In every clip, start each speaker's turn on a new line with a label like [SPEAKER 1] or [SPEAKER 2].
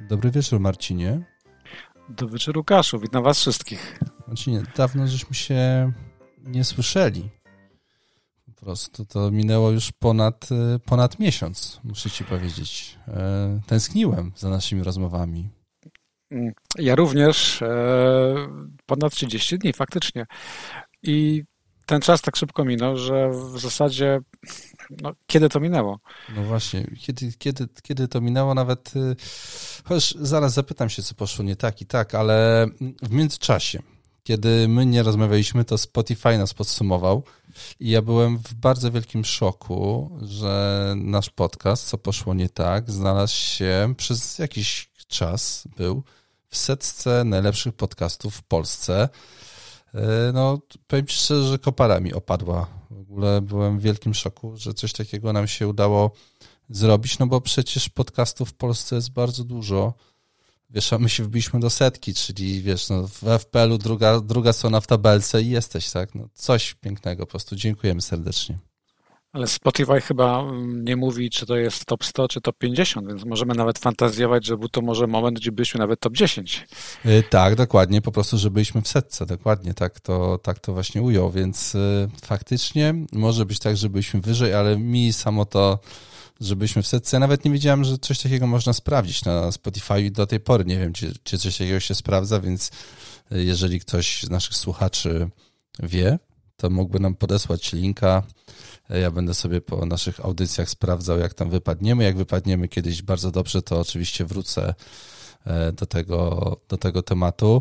[SPEAKER 1] Dobry wieczór, Marcinie.
[SPEAKER 2] Dobry wieczór, Łukaszu. Witam was wszystkich.
[SPEAKER 1] Marcinie, dawno żeśmy się nie słyszeli. Po prostu to minęło już ponad miesiąc, muszę ci powiedzieć. Tęskniłem za naszymi rozmowami.
[SPEAKER 2] Ja również. Ponad 30 dni, faktycznie. I ten czas tak szybko minął, że w zasadzie kiedy to minęło?
[SPEAKER 1] No właśnie, kiedy to minęło nawet... Chociaż zaraz zapytam się, co poszło nie tak i tak, ale w międzyczasie, kiedy my nie rozmawialiśmy, to Spotify nas podsumował i ja byłem w bardzo wielkim szoku, że nasz podcast, co poszło nie tak, znalazł się przez jakiś czas, był w setce najlepszych podcastów w Polsce. No, powiem ci szczerze, że kopara mi opadła. W ogóle byłem w wielkim szoku, że coś takiego nam się udało zrobić, no bo przecież podcastów w Polsce jest bardzo dużo. Wiesz, a my się wbiliśmy do setki, czyli wiesz, no w FPL-u druga strona w tabelce i jesteś, tak? No, coś pięknego, po prostu dziękujemy serdecznie.
[SPEAKER 2] Ale Spotify chyba nie mówi, czy to jest top 100, czy top 50, więc możemy nawet fantazjować, że był to może moment, gdzie byliśmy nawet top 10.
[SPEAKER 1] Tak, dokładnie, po prostu, że byliśmy w setce, dokładnie, tak to właśnie ujął, więc faktycznie może być tak, że byliśmy wyżej, ale mi samo to, że byliśmy w setce, ja nawet nie wiedziałem, że coś takiego można sprawdzić na Spotify i do tej pory nie wiem, czy coś takiego się sprawdza, więc jeżeli ktoś z naszych słuchaczy wie, to mógłby nam podesłać linka. Ja będę sobie po naszych audycjach sprawdzał, jak tam wypadniemy. Jak wypadniemy kiedyś bardzo dobrze, to oczywiście wrócę do tego tematu.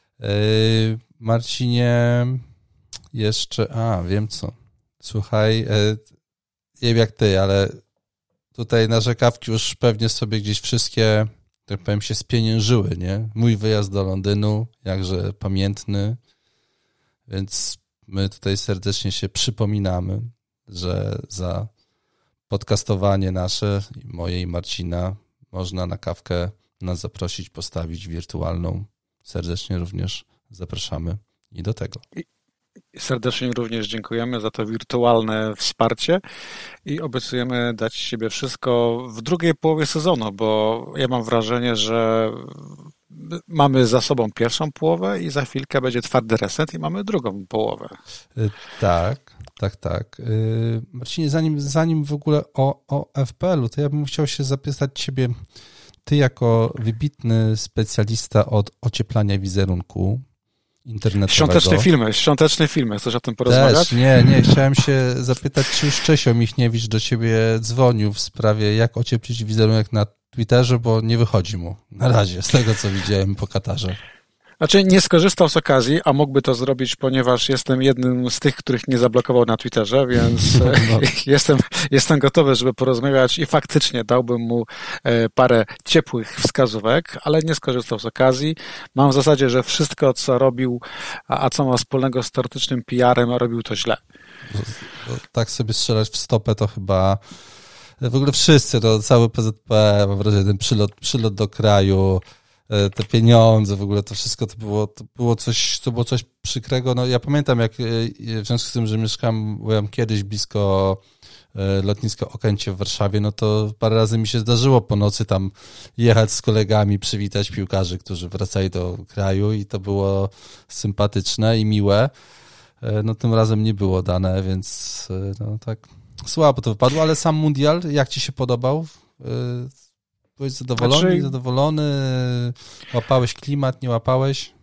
[SPEAKER 1] Marcinie, jeszcze... wiem co. Słuchaj, nie wiem jak ty, ale tutaj narzekawki już pewnie sobie gdzieś wszystkie, tak powiem, się spieniężyły, nie? Mój wyjazd do Londynu, jakże pamiętny, więc my tutaj serdecznie się przypominamy, że za podcastowanie nasze, moje i Marcina, można na kawkę nas zaprosić, postawić wirtualną. Serdecznie również zapraszamy i do tego.
[SPEAKER 2] Serdecznie również dziękujemy za to wirtualne wsparcie i obiecujemy dać siebie wszystko w drugiej połowie sezonu, bo ja mam wrażenie, że mamy za sobą pierwszą połowę i za chwilkę będzie twardy reset i mamy drugą połowę.
[SPEAKER 1] Tak. Marcinie, zanim w ogóle o FPL-u, to ja bym chciał się zapytać ciebie, ty jako wybitny specjalista od ocieplania wizerunku internetowego.
[SPEAKER 2] Świąteczne filmy. Chcesz o tym porozmawiać?
[SPEAKER 1] Też, nie. Chciałem się zapytać, czy już Czesio Michniewicz do ciebie dzwonił w sprawie, jak ocieplić wizerunek na Twitterze, bo nie wychodzi mu na razie, z tego co widziałem po Katarze.
[SPEAKER 2] Znaczy nie skorzystał z okazji, a mógłby to zrobić, ponieważ jestem jednym z tych, których nie zablokował na Twitterze, więc jestem gotowy, żeby porozmawiać i faktycznie dałbym mu parę ciepłych wskazówek, ale nie skorzystał z okazji. Mam w zasadzie, że wszystko, co robił, a co ma wspólnego z teoretycznym PR-em, robił to źle.
[SPEAKER 1] Tak sobie strzelać w stopę to chyba... W ogóle wszyscy, to cały PZP, mam wrażenie, ten przylot do kraju, te pieniądze, w ogóle to wszystko to było coś przykrego. No ja pamiętam, jak w związku z tym, że byłem kiedyś blisko lotniska Okęcie w Warszawie, no to parę razy mi się zdarzyło po nocy tam jechać z kolegami, przywitać piłkarzy, którzy wracali do kraju i to było sympatyczne i miłe. No tym razem nie było dane, więc no tak słabo to wypadło, ale sam mundial, jak ci się podobał? Byłeś zadowolony, niezadowolony? Łapałeś klimat, nie łapałeś?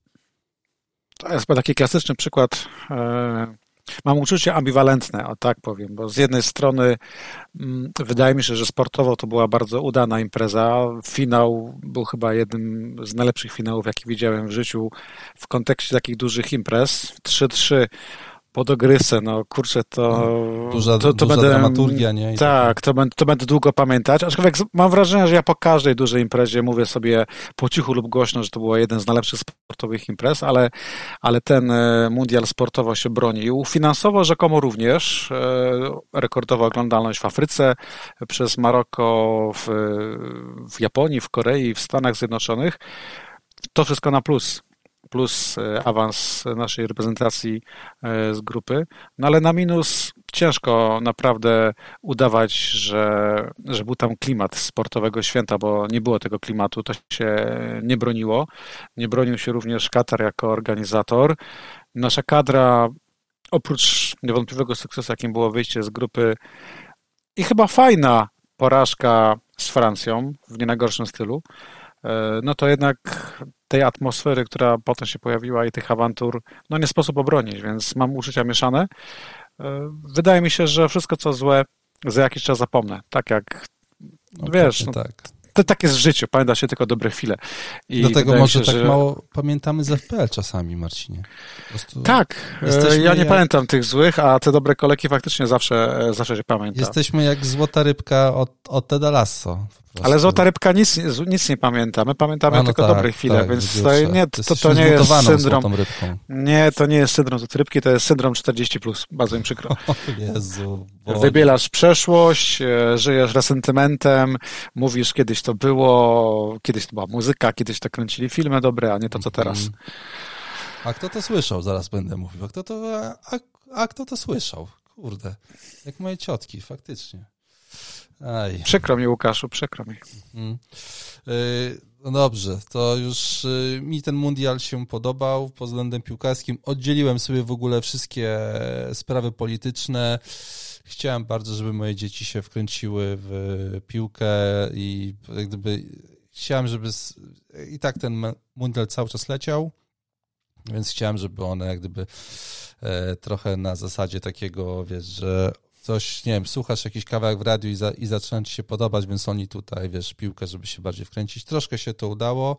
[SPEAKER 2] To jest taki klasyczny przykład. Mam uczucie ambiwalentne, o tak powiem, bo z jednej strony wydaje mi się, że sportowo to była bardzo udana impreza. Finał był chyba jednym z najlepszych finałów, jaki widziałem w życiu w kontekście takich dużych imprez. 3-3 po dogrywce, no kurczę, to
[SPEAKER 1] duża
[SPEAKER 2] będę,
[SPEAKER 1] dramaturgia, nie?
[SPEAKER 2] Tak, to będę długo pamiętać, aczkolwiek mam wrażenie, że ja po każdej dużej imprezie mówię sobie po cichu lub głośno, że to była jeden z najlepszych sportowych imprez, ale ten mundial sportowo się bronił. Finansowo rzekomo również rekordowa oglądalność w Afryce, przez Maroko, w Japonii, w Korei, w Stanach Zjednoczonych. To wszystko na plus. plus awans naszej reprezentacji z grupy. No ale na minus ciężko naprawdę udawać, że był tam klimat sportowego święta, bo nie było tego klimatu, to się nie broniło. Nie bronił się również Katar jako organizator. Nasza kadra, oprócz niewątpliwego sukcesu, jakim było wyjście z grupy i chyba fajna porażka z Francją w nie najgorszym stylu, no to jednak tej atmosfery, która potem się pojawiła i tych awantur, no nie sposób obronić, więc mam uczucia mieszane. Wydaje mi się, że wszystko co złe za jakiś czas zapomnę. Tak jak, wiesz, no,
[SPEAKER 1] tak.
[SPEAKER 2] To tak jest w życiu, pamięta się tylko dobre chwile. I
[SPEAKER 1] dlatego może
[SPEAKER 2] się,
[SPEAKER 1] tak
[SPEAKER 2] że...
[SPEAKER 1] mało pamiętamy z FPL czasami, Marcinie.
[SPEAKER 2] Tak, ja nie pamiętam tych złych, a te dobre kolejki faktycznie zawsze się pamięta.
[SPEAKER 1] Jesteśmy jak złota rybka od Teda Lasso.
[SPEAKER 2] Ale złota rybka nic nie pamięta. My pamiętamy tylko dobre chwile, więc to nie jest syndrom. Nie, to nie jest syndrom złotej rybki, to jest syndrom 40+. Bardzo mi przykro.
[SPEAKER 1] O Jezu.
[SPEAKER 2] Wybielasz przeszłość, żyjesz resentymentem, mówisz kiedyś to było, kiedyś to była muzyka, kiedyś to kręcili filmy dobre, a nie to co teraz.
[SPEAKER 1] A kto to słyszał? Zaraz będę mówił. A kto to słyszał? Kurde. Jak moje ciotki, faktycznie. Aj.
[SPEAKER 2] Przykro mi, Łukaszu, przykro mi.
[SPEAKER 1] No dobrze, to już mi ten mundial się podobał pod względem piłkarskim. Oddzieliłem sobie w ogóle wszystkie sprawy polityczne. Chciałem bardzo, żeby moje dzieci się wkręciły w piłkę i jak gdyby chciałem, żeby i tak ten mundial cały czas leciał, więc chciałem, żeby one jak gdyby trochę na zasadzie takiego, wiesz, że coś, nie wiem, słuchasz jakiś kawałek w radiu i zaczyna ci się podobać, więc oni tutaj, wiesz, piłkę, żeby się bardziej wkręcić. Troszkę się to udało,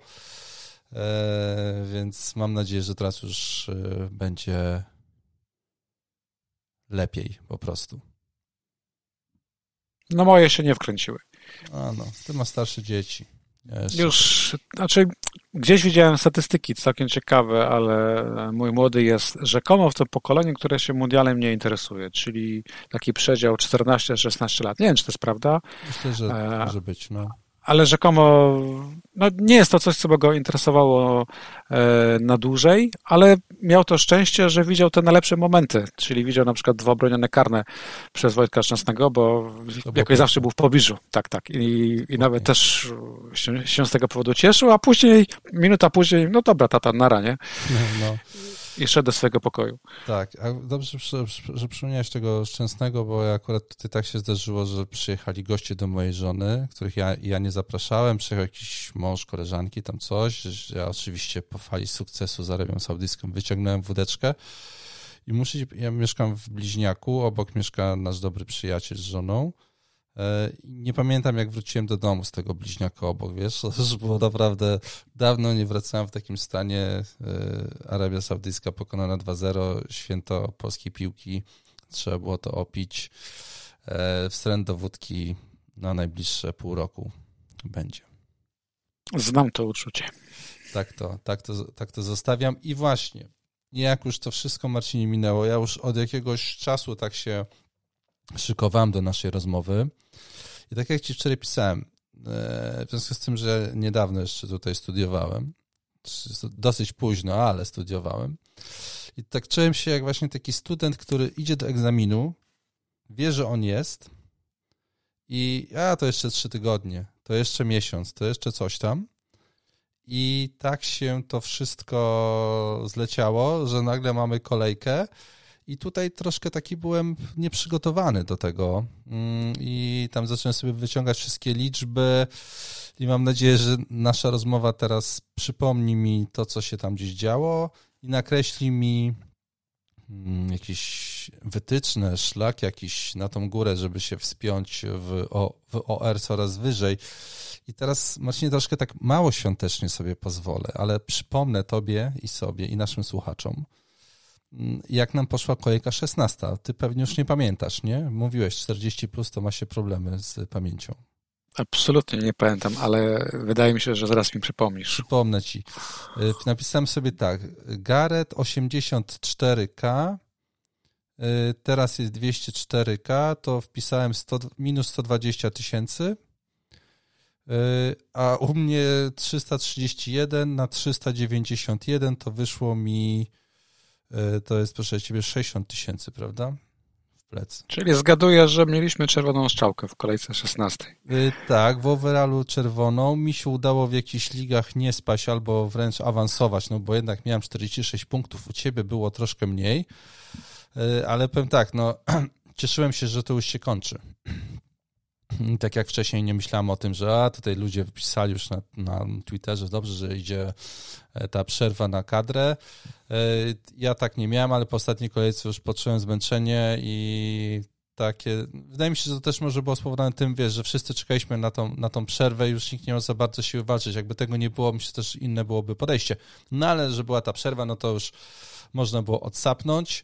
[SPEAKER 1] więc mam nadzieję, że teraz już będzie lepiej po prostu.
[SPEAKER 2] No moje się nie wkręciły.
[SPEAKER 1] A no, ty masz starsze dzieci.
[SPEAKER 2] Już, znaczy gdzieś widziałem statystyki całkiem ciekawe, ale mój młody jest rzekomo w tym pokoleniu, które się mundialem nie interesuje, czyli taki przedział 14-16 lat. Nie wiem, czy to jest prawda.
[SPEAKER 1] Myślę, że może być, no.
[SPEAKER 2] Ale rzekomo, no nie jest to coś, co by go interesowało na dłużej, ale miał to szczęście, że widział te najlepsze momenty, czyli widział na przykład 2 obronione karne przez Wojtka Szczęsnego, bo jakoś zawsze był w pobliżu, tak. I nawet też się z tego powodu cieszył, a później, minuta później, no dobra, tata, nara, nie?
[SPEAKER 1] No.
[SPEAKER 2] I szedł do swojego pokoju.
[SPEAKER 1] Tak, a dobrze, że przypomniałeś tego Szczęsnego, bo akurat tutaj tak się zdarzyło, że przyjechali goście do mojej żony, których ja nie zapraszałem, przyjechał jakiś mąż, koleżanki, tam coś, ja oczywiście po fali sukcesu z Arabią Saudyjską wyciągnąłem wódeczkę i ja mieszkam w bliźniaku, obok mieszka nasz dobry przyjaciel z żoną. Nie pamiętam, jak wróciłem do domu z tego bliźniaka obok, wiesz, to już było naprawdę dawno, nie wracałem w takim stanie. Arabia Saudyjska pokonana 2-0, święto polskiej piłki, trzeba było to opić. Wstręt do wódki na najbliższe pół roku będzie.
[SPEAKER 2] Znam to uczucie.
[SPEAKER 1] Tak to zostawiam i właśnie, jak już to wszystko, Marcinie, minęło, ja już od jakiegoś czasu tak się szykowałem do naszej rozmowy i tak jak ci wczoraj pisałem, w związku z tym, że niedawno jeszcze tutaj studiowałem, dosyć późno, ale studiowałem i tak czułem się jak właśnie taki student, który idzie do egzaminu, wie, że on jest i to jeszcze 3 tygodnie, to jeszcze miesiąc, to jeszcze coś tam i tak się to wszystko zleciało, że nagle mamy kolejkę. I tutaj troszkę taki byłem nieprzygotowany do tego i tam zacząłem sobie wyciągać wszystkie liczby i mam nadzieję, że nasza rozmowa teraz przypomni mi to, co się tam gdzieś działo i nakreśli mi jakieś wytyczne, szlak jakiś na tą górę, żeby się wspiąć w OR coraz wyżej. I teraz, Marcinie, troszkę tak mało świątecznie sobie pozwolę, ale przypomnę tobie i sobie i naszym słuchaczom, jak nam poszła kolejka 16. Ty pewnie już nie pamiętasz, nie? Mówiłeś 40+, to ma się problemy z pamięcią.
[SPEAKER 2] Absolutnie nie pamiętam, ale wydaje mi się, że zaraz mi przypomnisz.
[SPEAKER 1] Przypomnę ci. Napisałem sobie tak. Gareth 84K, teraz jest 204K, to wpisałem minus 120 000. A u mnie 331 na 391 to wyszło mi, to jest proszę Ciebie 60 tysięcy, prawda? W plecy.
[SPEAKER 2] Czyli zgaduję, że mieliśmy czerwoną strzałkę w kolejce 16.
[SPEAKER 1] Tak, w overallu czerwoną. Mi się udało w jakichś ligach nie spaść albo wręcz awansować, no bo jednak miałem 46 punktów, u Ciebie było troszkę mniej, ale powiem tak, no cieszyłem się, że to już się kończy. Tak jak wcześniej nie myślałem o tym, że tutaj ludzie wypisali już na Twitterze, dobrze, że idzie ta przerwa na kadrę. Ja tak nie miałem, ale po ostatniej kolejce już poczułem zmęczenie i takie, wydaje mi się, że to też może było spowodowane tym, wiesz, że wszyscy czekaliśmy na tą przerwę i już nikt nie miał za bardzo siły walczyć. Jakby tego nie było, myślę, że też inne byłoby podejście. No ale, że była ta przerwa, no to już można było odsapnąć.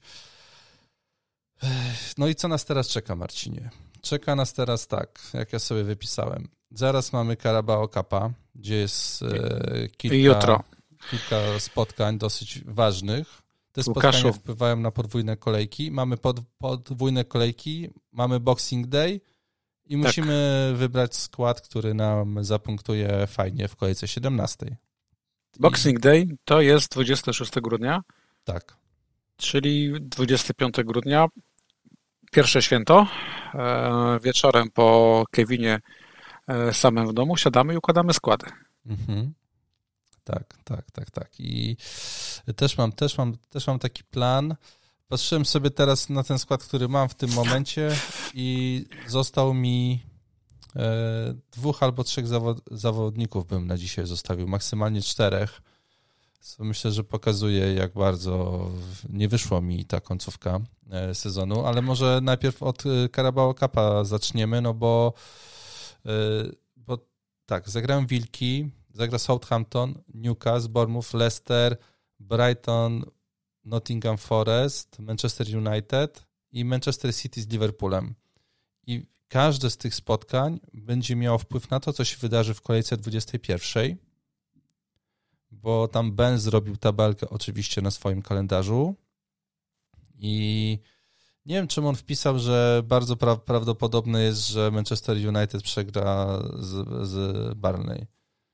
[SPEAKER 1] No i co nas teraz czeka, Marcinie? Czeka nas teraz tak, jak ja sobie wypisałem. Zaraz mamy Carabao Cupa, gdzie jest kilka spotkań dosyć ważnych. Te spotkania wpływają na podwójne kolejki. Mamy podwójne kolejki, mamy Boxing Day i musimy wybrać skład, który nam zapunktuje fajnie w kolejce 17.
[SPEAKER 2] Boxing Day to jest 26 grudnia?
[SPEAKER 1] Tak.
[SPEAKER 2] Czyli 25 grudnia. Pierwsze święto, wieczorem po Kevinie samym w domu siadamy i układamy składy.
[SPEAKER 1] Mhm. Tak. I też mam taki plan. Patrzyłem sobie teraz na ten skład, który mam w tym momencie i został mi 2 albo 3 zawodników bym na dzisiaj zostawił, maksymalnie 4. Co myślę, że pokazuje, jak bardzo nie wyszło mi ta końcówka sezonu, ale może najpierw od Carabao Cupa zaczniemy, no bo tak, zagrałem Wilki, zagra Southampton, Newcastle, Bournemouth, Leicester, Brighton, Nottingham Forest, Manchester United i Manchester City z Liverpoolem. I każde z tych spotkań będzie miało wpływ na to, co się wydarzy w kolejce 21, bo tam Ben zrobił tabelkę oczywiście na swoim kalendarzu i nie wiem, czym on wpisał, że bardzo prawdopodobne jest, że Manchester United przegra z Burnley.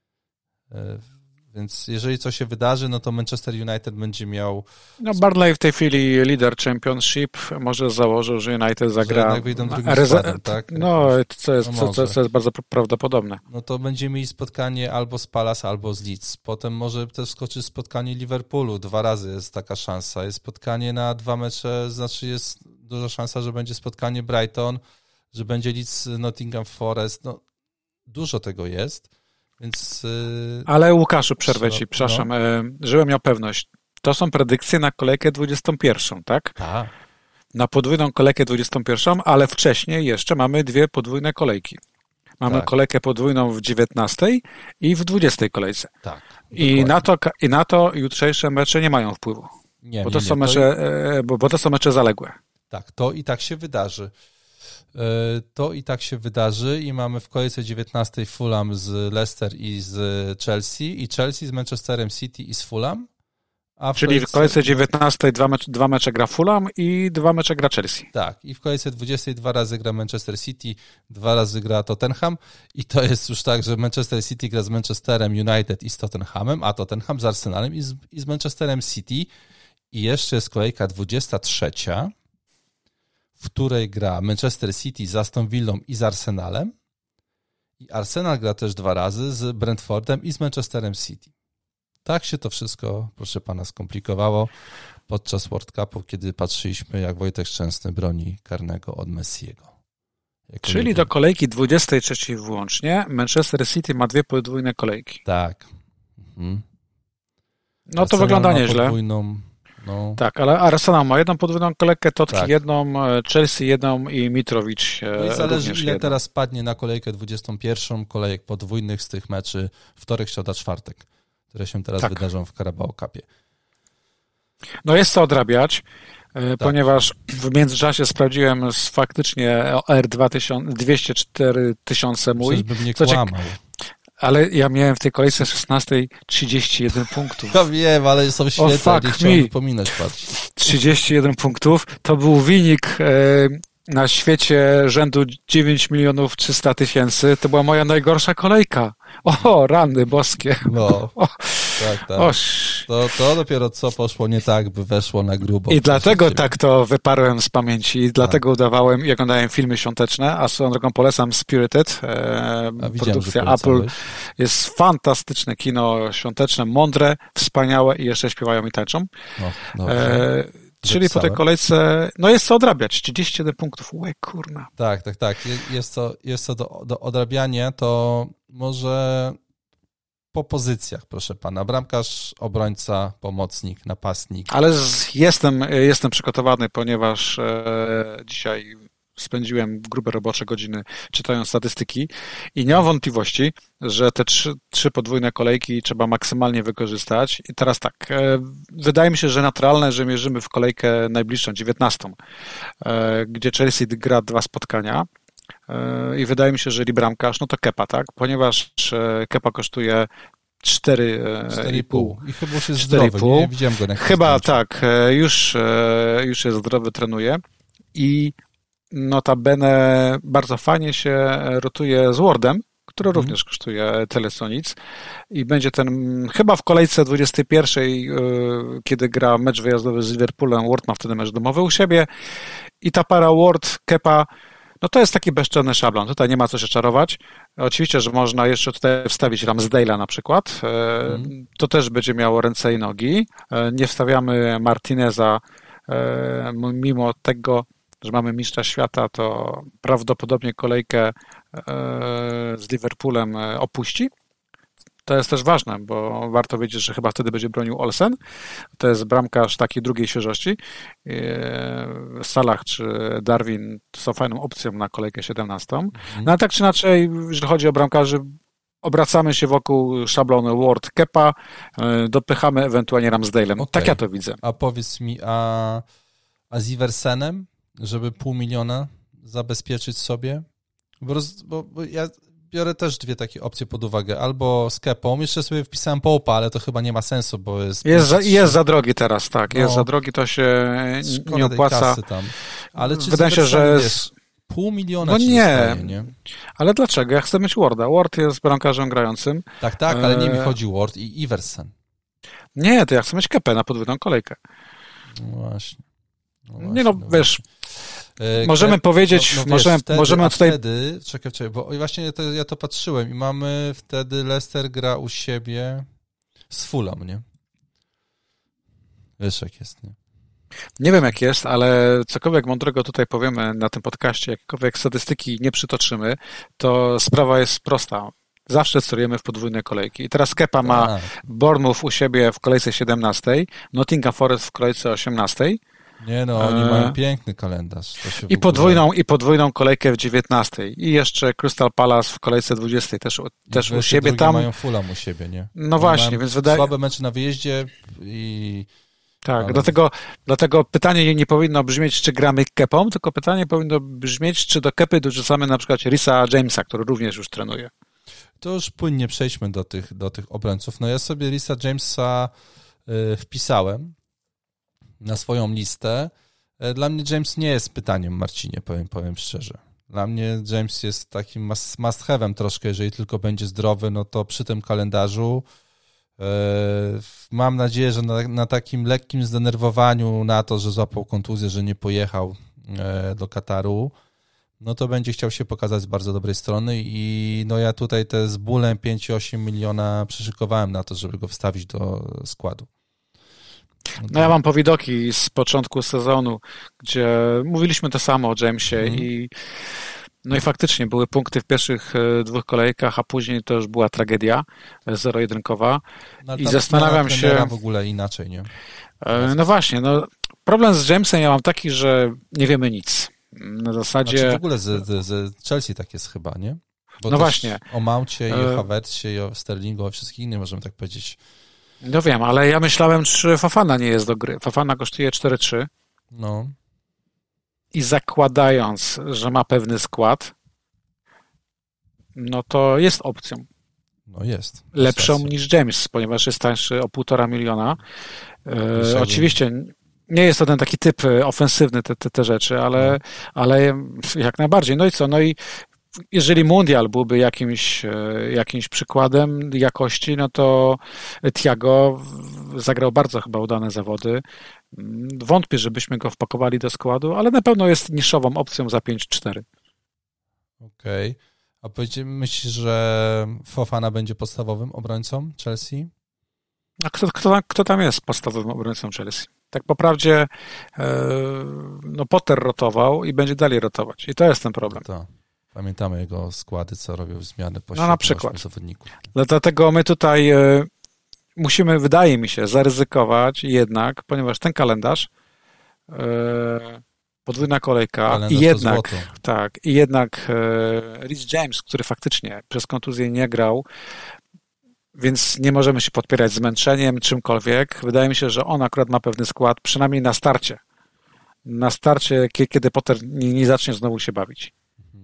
[SPEAKER 1] Więc jeżeli coś się wydarzy, no to Manchester United będzie miał...
[SPEAKER 2] No Burnley w tej chwili lider Championship, może założył, że United zagra...
[SPEAKER 1] Że jednak wyjdą drugim składem, tak?
[SPEAKER 2] No, co jest bardzo prawdopodobne.
[SPEAKER 1] No to będziemy mieli spotkanie albo z Palace, albo z Leeds. Potem może też skoczyć spotkanie Liverpoolu. 2 razy jest taka szansa. Jest spotkanie na 2 mecze, znaczy jest duża szansa, że będzie spotkanie Brighton, że będzie Leeds Nottingham Forest. No, dużo tego jest. Więc,
[SPEAKER 2] ale Łukaszu, przerwę Ci, przepraszam, żebym miał pewność. To są predykcje na kolejkę 21, tak?
[SPEAKER 1] Tak.
[SPEAKER 2] Na podwójną kolejkę 21, ale wcześniej jeszcze mamy 2 podwójne kolejki. Mamy kolejkę podwójną w 19 i w 20 kolejce.
[SPEAKER 1] Tak.
[SPEAKER 2] I na to jutrzejsze mecze nie mają wpływu.
[SPEAKER 1] Nie,
[SPEAKER 2] bo to są mecze, bo to są mecze zaległe.
[SPEAKER 1] Tak, to i tak się wydarzy. I mamy w kolejce 19 Fulham z Leicester i z Chelsea i Chelsea z Manchesterem City i z Fulham.
[SPEAKER 2] Czyli w kolejce 19 2 mecze gra Fulham i 2 mecze gra Chelsea.
[SPEAKER 1] Tak, i w kolejce 20 2 razy gra Manchester City, 2 razy gra Tottenham i to jest już tak, że Manchester City gra z Manchesterem United i z Tottenhamem, a Tottenham z Arsenalem i z Manchesterem City i jeszcze jest kolejka 23, w której gra Manchester City z Aston Villą i z Arsenalem i Arsenal gra też 2 razy z Brentfordem i z Manchesterem City. Tak się to wszystko, proszę pana, skomplikowało podczas World Cupu, kiedy patrzyliśmy, jak Wojtek Szczęsny broni karnego od Messiego.
[SPEAKER 2] Czyli do kolejki 23 włącznie Manchester City ma 2 podwójne kolejki.
[SPEAKER 1] Tak. Mhm.
[SPEAKER 2] No to wygląda nieźle.
[SPEAKER 1] No.
[SPEAKER 2] Tak, ale Arsenal ma 1 podwójną kolejkę, Totki 1, Chelsea 1 i Mitrowicz
[SPEAKER 1] no i zależy, ile
[SPEAKER 2] 1.
[SPEAKER 1] teraz padnie na kolejkę 21 kolejek podwójnych z tych meczy wtorek, środa, czwartek, które się teraz wydarzą w Carabao Cupie.
[SPEAKER 2] No jest co odrabiać, ponieważ w międzyczasie sprawdziłem faktycznie R 204 tysiące mój.
[SPEAKER 1] Przecież bym nie kłamał.
[SPEAKER 2] Ale ja miałem w tej kolejce 16 31 punktów.
[SPEAKER 1] Ja wiem, ale są świetne, nie chciałem wypominać.
[SPEAKER 2] 31 punktów, to był wynik na świecie rzędu 9 milionów 300 tysięcy, to była moja najgorsza kolejka. O, rany boskie.
[SPEAKER 1] No, tak. To dopiero co poszło nie tak, by weszło na grubo.
[SPEAKER 2] I dlatego tak to wyparłem z pamięci. I dlatego udawałem i oglądałem filmy świąteczne, a swoją drogą polecam Spirited, produkcja Apple. Jest fantastyczne kino świąteczne, mądre, wspaniałe i jeszcze śpiewają i tańczą. Czyli po tej kolejce, jest co odrabiać. 31 punktów. Łe, kurna.
[SPEAKER 1] Tak. Jest to do odrabiania, to może po pozycjach, proszę pana. Bramkarz, obrońca, pomocnik, napastnik.
[SPEAKER 2] Ale jestem przygotowany, ponieważ dzisiaj spędziłem grube robocze godziny czytając statystyki i nie mam wątpliwości, że te trzy podwójne kolejki trzeba maksymalnie wykorzystać. I teraz tak, wydaje mi się, że naturalne, że mierzymy w kolejkę najbliższą, 19, gdzie Chelsea gra 2 spotkania i wydaje mi się, że bramkarz, to Kepa, tak? Ponieważ Kepa kosztuje 4,5.
[SPEAKER 1] I chyba już jest zdrowy, nie widziałem go na
[SPEAKER 2] chyba tak, już jest zdrowy, trenuje i notabene bardzo fajnie się rotuje z Wardem, który również kosztuje tyle co nic i będzie ten, chyba w kolejce 21, kiedy gra mecz wyjazdowy z Liverpoolem, Ward ma wtedy mecz domowy u siebie i ta para Ward-Kepa, to jest taki bezczelny szablon, tutaj nie ma co się czarować. Oczywiście, że można jeszcze tutaj wstawić Ramsdale'a na przykład, to też będzie miało ręce i nogi. Nie wstawiamy Martineza, mimo tego, że mamy mistrza świata, to prawdopodobnie kolejkę z Liverpoolem opuści. To jest też ważne, bo warto wiedzieć, że chyba wtedy będzie bronił Olsen. To jest bramkarz takiej drugiej świeżości. Salah czy Darwin są fajną opcją na kolejkę 17. No ale tak czy inaczej, jeżeli chodzi o bramkarzy, obracamy się wokół szablonu Ward, Kepa, dopychamy ewentualnie Ramsdale'em. Tak ja to widzę.
[SPEAKER 1] A powiedz mi, a z Iversenem, żeby 500 000 zabezpieczyć sobie? Bo ja biorę też 2 takie opcje pod uwagę. Albo z Kepą, jeszcze sobie wpisałem Pope'a, ale to chyba nie ma sensu, bo
[SPEAKER 2] jest za drogi teraz, tak. Jest za drogi, to się nie opłaca.
[SPEAKER 1] Tam. Ale czy
[SPEAKER 2] wydaje się, że
[SPEAKER 1] wiesz, 500 000 ci dostaje, nie?
[SPEAKER 2] Ale dlaczego? Ja chcę mieć Warda. Ward jest bramkarzem grającym.
[SPEAKER 1] Tak, ale nie mi chodzi Ward i Iversen.
[SPEAKER 2] Nie, to ja chcę mieć Kepę na podwójną kolejkę.
[SPEAKER 1] No właśnie.
[SPEAKER 2] Wiesz, możemy powiedzieć, możemy tutaj...
[SPEAKER 1] Wtedy, czekaj, bo właśnie ja to patrzyłem i mamy wtedy Leicester gra u siebie z Fulham, nie? Wiesz jak jest, nie?
[SPEAKER 2] Nie wiem jak jest, ale cokolwiek mądrego tutaj powiemy na tym podcaście, jakiekolwiek statystyki nie przytoczymy, to sprawa jest prosta. Zawsze celujemy w podwójne kolejki. I teraz Kepa ma Bournemouth u siebie w kolejce 17, Nottingham Forest w kolejce 18.
[SPEAKER 1] Nie oni mają piękny kalendarz.
[SPEAKER 2] I podwójną kolejkę w 19. I jeszcze Crystal Palace w kolejce 20. Też u siebie tam.
[SPEAKER 1] Mają Fulham u siebie, nie?
[SPEAKER 2] No właśnie, więc wydaje...
[SPEAKER 1] Słabe mecze na wyjeździe i...
[SPEAKER 2] Tak, ale... dlatego pytanie nie powinno brzmieć, czy gramy Kepą, tylko pytanie powinno brzmieć, czy do Kepy dorzucamy na przykład Risa Jamesa, który również już trenuje.
[SPEAKER 1] To już płynnie przejdźmy do tych obrońców. Ja sobie Risa Jamesa wpisałem na swoją listę. Dla mnie James nie jest pytaniem, Marcinie, powiem szczerze. Dla mnie James jest takim must have'em troszkę, jeżeli tylko będzie zdrowy, to przy tym kalendarzu mam nadzieję, że na takim lekkim zdenerwowaniu na to, że złapał kontuzję, że nie pojechał do Kataru, to będzie chciał się pokazać z bardzo dobrej strony i ja tutaj te z bólem 5,8 miliona przyszykowałem na to, żeby go wstawić do składu.
[SPEAKER 2] Ja mam powidoki z początku sezonu, gdzie mówiliśmy to samo o Jamesie i faktycznie były punkty w pierwszych 2 kolejkach, a później to już była tragedia zero-jedynkowa i zastanawiam się...
[SPEAKER 1] w ogóle inaczej, nie?
[SPEAKER 2] No właśnie, problem z Jamesem ja mam taki, że nie wiemy nic. Na zasadzie...
[SPEAKER 1] w ogóle z Chelsea tak jest chyba, nie? Bo
[SPEAKER 2] właśnie.
[SPEAKER 1] O Mouncie i o Havertzie i o Sterlingu, o wszystkich innych możemy tak powiedzieć.
[SPEAKER 2] No wiem, ale ja myślałem, czy Fofana nie jest do gry. Fofana kosztuje 4,3. I zakładając, że ma pewny skład, to jest opcją.
[SPEAKER 1] Jest.
[SPEAKER 2] Lepszą niż James, ponieważ jest tańszy o 1,5 miliona. Oczywiście nie jest to ten taki typ ofensywny, te rzeczy, ale jak najbardziej. No i co? No i jeżeli Mundial byłby jakimś przykładem jakości, no to Thiago zagrał bardzo chyba udane zawody. Wątpię, żebyśmy go wpakowali do składu, ale na pewno jest niszową opcją za 5-4.
[SPEAKER 1] Okej. A myślisz, że Fofana będzie podstawowym obrońcą Chelsea?
[SPEAKER 2] A kto tam jest podstawowym obrońcą Chelsea? Tak po prawdzie no Potter rotował i będzie dalej rotować. I to jest ten problem.
[SPEAKER 1] To. Pamiętamy jego składy, co robił zmiany po
[SPEAKER 2] na przykład.
[SPEAKER 1] zawodników.
[SPEAKER 2] Dlatego my tutaj musimy, wydaje mi się, zaryzykować jednak, ponieważ ten kalendarz, podwójna kolejka i jednak Reece James, który faktycznie przez kontuzję nie grał, więc nie możemy się podpierać zmęczeniem, czymkolwiek. Wydaje mi się, że on akurat ma pewny skład, przynajmniej na starcie. Na starcie, kiedy Potter nie zacznie znowu się bawić.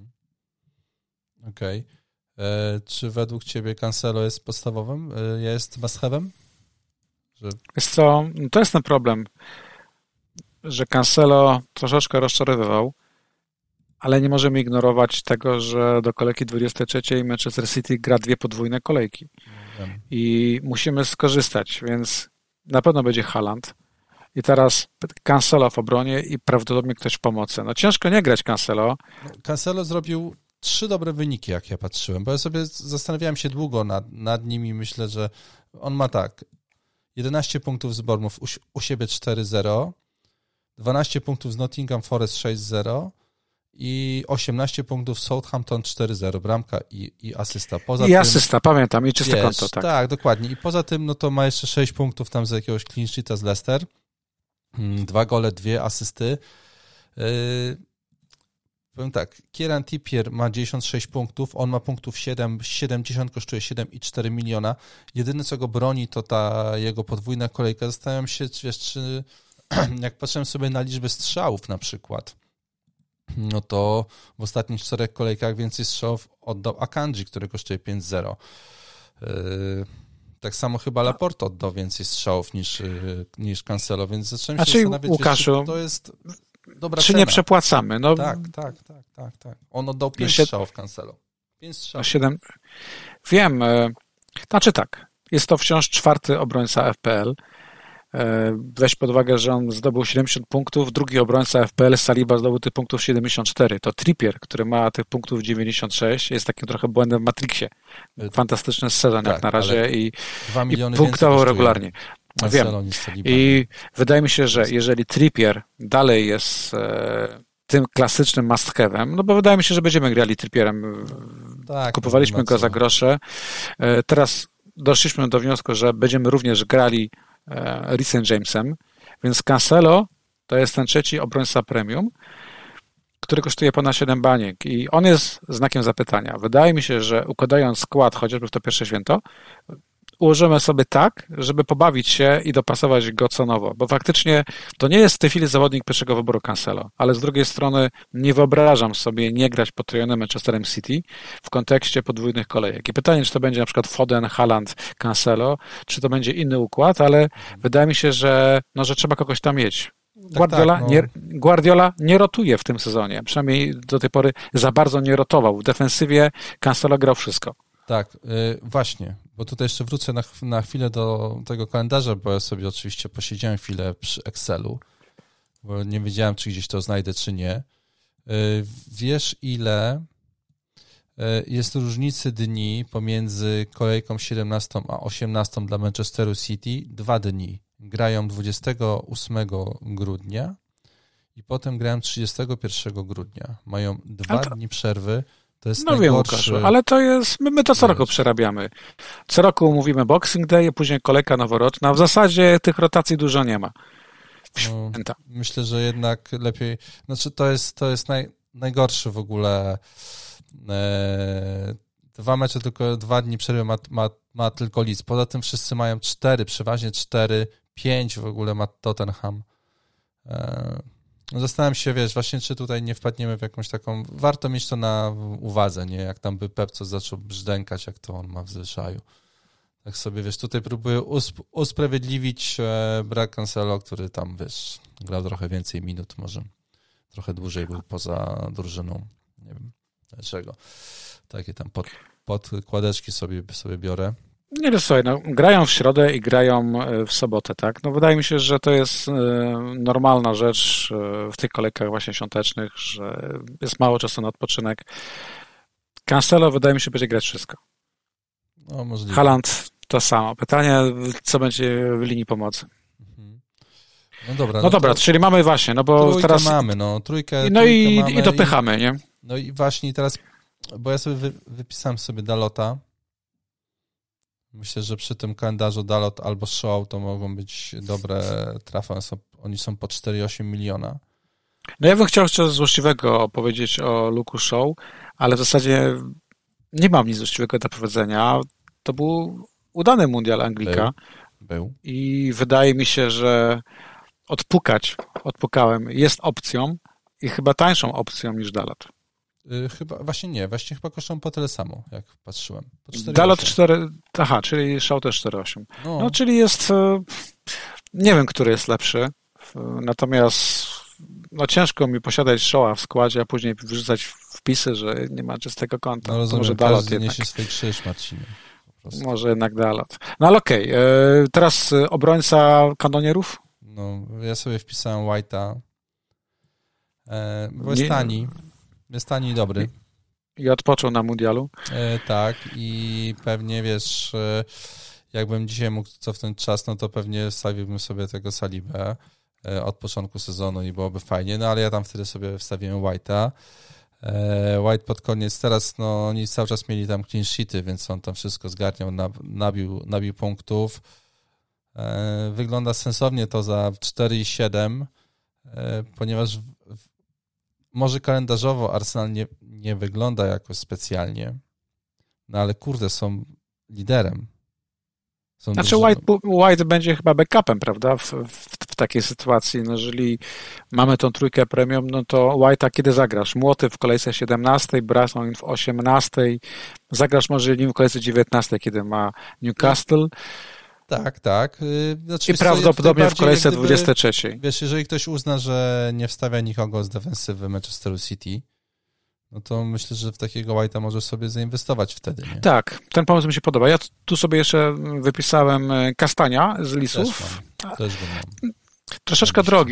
[SPEAKER 1] Okej. Czy według ciebie Cancelo jest podstawowym? Jest must-have'em?
[SPEAKER 2] Wiesz co, to jest ten problem, że Cancelo troszeczkę rozczarowywał, ale nie możemy ignorować tego, że do kolejki 23 Manchester City gra 2 podwójne kolejki. I musimy skorzystać, więc na pewno będzie Haaland. I teraz Cancelo w obronie i prawdopodobnie ktoś w pomocy. No ciężko nie grać Cancelo.
[SPEAKER 1] Cancelo zrobił 3 dobre wyniki, jak ja patrzyłem, bo ja sobie zastanawiałem się długo nad nim i myślę, że on ma tak, 11 punktów z Bournemouth, u siebie 4-0, 12 punktów z Nottingham Forest 6-0 i 18 punktów z Southampton 4-0, bramka i asysta.
[SPEAKER 2] Asysta, pamiętam, i czyste konto, tak.
[SPEAKER 1] Tak, dokładnie. I poza tym, no to ma jeszcze 6 punktów tam z jakiegoś clean sheeta z Leicester, 2 gole, 2 asysty. Powiem tak, Kieran Trippier ma 96 punktów, on ma punktów 70, kosztuje 7,4 miliona. Jedyne, co go broni, to ta jego podwójna kolejka. Zastanawiam się, czy jak patrzyłem sobie na liczbę strzałów na przykład, no to w ostatnich 4 kolejkach więcej strzałów oddał Akanji, który kosztuje 5,0. Tak samo chyba Laporte oddał więcej strzałów niż Cancelo, więc zacząłem się zastanawiać,
[SPEAKER 2] Łukaszu,
[SPEAKER 1] to jest dobra
[SPEAKER 2] czy
[SPEAKER 1] cena.
[SPEAKER 2] nie przepłacamy? No,
[SPEAKER 1] Tak. On oddał 5 strzałów Cancelo. 5 strzałów.
[SPEAKER 2] 7. Wiem. Znaczy tak, jest to wciąż 4. obrońca FPL. Weź pod uwagę, że on zdobył 70 punktów, drugi obrońca FPL Saliba zdobył tych punktów 74. To Trippier, który ma tych punktów 96, jest takim trochę błędem w Matrixie. Fantastyczny sezon jak na razie i punktował regularnie. Wiem. I wydaje mi się, że jeżeli Trippier dalej jest tym klasycznym must-have'em, no bo wydaje mi się, że będziemy grali Trippierem. Tak, kupowaliśmy go za grosze. Teraz doszliśmy do wniosku, że będziemy również grali Reece Jamesem, więc Cancelo to jest ten 3. obrońca premium, który kosztuje ponad 7 baniek i on jest znakiem zapytania. Wydaje mi się, że układając skład chociażby w to pierwsze święto, ułożymy sobie tak, żeby pobawić się i dopasować go cenowo, bo faktycznie to nie jest w tej chwili zawodnik pierwszego wyboru Cancelo, ale z drugiej strony nie wyobrażam sobie nie grać pod trojonem Manchesterem City w kontekście podwójnych kolejek. I pytanie, czy to będzie na przykład Foden, Haaland, Cancelo, czy to będzie inny układ, ale wydaje mi się, że trzeba kogoś tam mieć. Guardiola nie rotuje w tym sezonie, przynajmniej do tej pory za bardzo nie rotował. W defensywie Cancelo grał wszystko.
[SPEAKER 1] Tak, właśnie, bo tutaj jeszcze wrócę na chwilę do tego kalendarza, bo ja sobie oczywiście posiedziałem chwilę przy Excelu, bo nie wiedziałem, czy gdzieś to znajdę, czy nie. Wiesz, ile jest różnicy dni pomiędzy kolejką 17 a 18 dla Manchesteru City? 2 dni. Grają 28 grudnia i potem grają 31 grudnia. Mają 2 dni przerwy. To jest
[SPEAKER 2] wiem, Łukaszu, ale to jest, my to co roku przerabiamy. Co roku mówimy Boxing Day, później kolejka noworoczna. W zasadzie tych rotacji dużo nie ma.
[SPEAKER 1] Myślę, że jednak lepiej, to jest najgorszy w ogóle. 2 mecze, tylko 2 dni przerwy ma tylko Leeds. Poza tym wszyscy mają 4, przeważnie 4, 5 w ogóle ma Tottenham. Zastanawiam się, właśnie czy tutaj nie wpadniemy w jakąś taką, warto mieć to na uwadze, nie? Jak tam by Pep coś zaczął brzdękać, jak to on ma w zwyczaju. Tak sobie, wiesz, tutaj próbuję usprawiedliwić brak Cancelo, który tam, wiesz, grał trochę więcej minut, może trochę dłużej był poza drużyną. Nie wiem dlaczego. Takie tam podkładeczki sobie biorę.
[SPEAKER 2] Nie, no słuchaj, no, grają w środę i grają w sobotę, tak? No wydaje mi się, że to jest normalna rzecz w tych kolejkach właśnie świątecznych, że jest mało czasu na odpoczynek. Cancelo wydaje mi się będzie grać wszystko.
[SPEAKER 1] No, możliwe.
[SPEAKER 2] Haaland to samo. Pytanie, co będzie w linii pomocy.
[SPEAKER 1] No dobra.
[SPEAKER 2] No dobra, czyli mamy właśnie, no bo
[SPEAKER 1] trójkę
[SPEAKER 2] teraz...
[SPEAKER 1] mamy, no. Trójkę
[SPEAKER 2] No
[SPEAKER 1] mamy
[SPEAKER 2] i dopychamy, nie?
[SPEAKER 1] No i właśnie teraz, bo ja sobie wypisałem sobie Dalota. Myślę, że przy tym kalendarzu Dalot albo Shaw to mogą być dobre trafy. Oni są po 4,8 miliona.
[SPEAKER 2] No ja bym chciał jeszcze złośliwego powiedzieć o Luke'u Shaw, ale w zasadzie nie mam nic złośliwego do powiedzenia. To był udany mundial Anglika.
[SPEAKER 1] Był.
[SPEAKER 2] I wydaje mi się, że odpukałem, jest opcją i chyba tańszą opcją niż Dalot.
[SPEAKER 1] Chyba kosztują po tyle samo, jak patrzyłem.
[SPEAKER 2] Dalot 4, aha, czyli Shaw też 4,8. No, czyli jest, nie wiem, który jest lepszy, natomiast no ciężko mi posiadać Shawa w składzie, a później wyrzucać wpisy, że nie ma czystego konta.
[SPEAKER 1] No rozumiem,
[SPEAKER 2] może Dalot
[SPEAKER 1] każdy
[SPEAKER 2] jednak.
[SPEAKER 1] niesie swój krzyż, Marcinie.
[SPEAKER 2] Może jednak Dalot. No ale okej, teraz obrońca kanonierów?
[SPEAKER 1] No, ja sobie wpisałem White'a, bo jest tani. Jest tani i dobry.
[SPEAKER 2] I odpoczął na mundialu.
[SPEAKER 1] Tak, i pewnie, wiesz, jakbym dzisiaj mógł cofnąć czas, no to pewnie wstawiłbym sobie tego Salibę od początku sezonu i byłoby fajnie, no ale ja tam wtedy sobie wstawiłem White'a. White pod koniec, teraz no oni cały czas mieli tam clean sheety, więc on tam wszystko zgarniał, nabił punktów. Wygląda sensownie to za 4,7, ponieważ może kalendarzowo Arsenal nie wygląda jakoś specjalnie, no ale kurde, są liderem.
[SPEAKER 2] Znaczy White będzie chyba backupem, prawda, w takiej sytuacji. No, jeżeli mamy tą trójkę premium, no to White'a kiedy zagrasz? Młoty w kolejce 17, Brighton w 18, zagrasz może nim w kolejce 19, kiedy ma Newcastle.
[SPEAKER 1] Tak. Znaczy,
[SPEAKER 2] i prawdopodobnie w kolejce 23.
[SPEAKER 1] Wiesz, jeżeli ktoś uzna, że nie wstawia nikogo z defensywy Manchesteru City, no to myślę, że w takiego White'a może sobie zainwestować wtedy, nie?
[SPEAKER 2] Tak, ten pomysł mi się podoba. Ja tu sobie jeszcze wypisałem Kastania z Lisów.
[SPEAKER 1] Też go mam.
[SPEAKER 2] Troszeczkę drogi,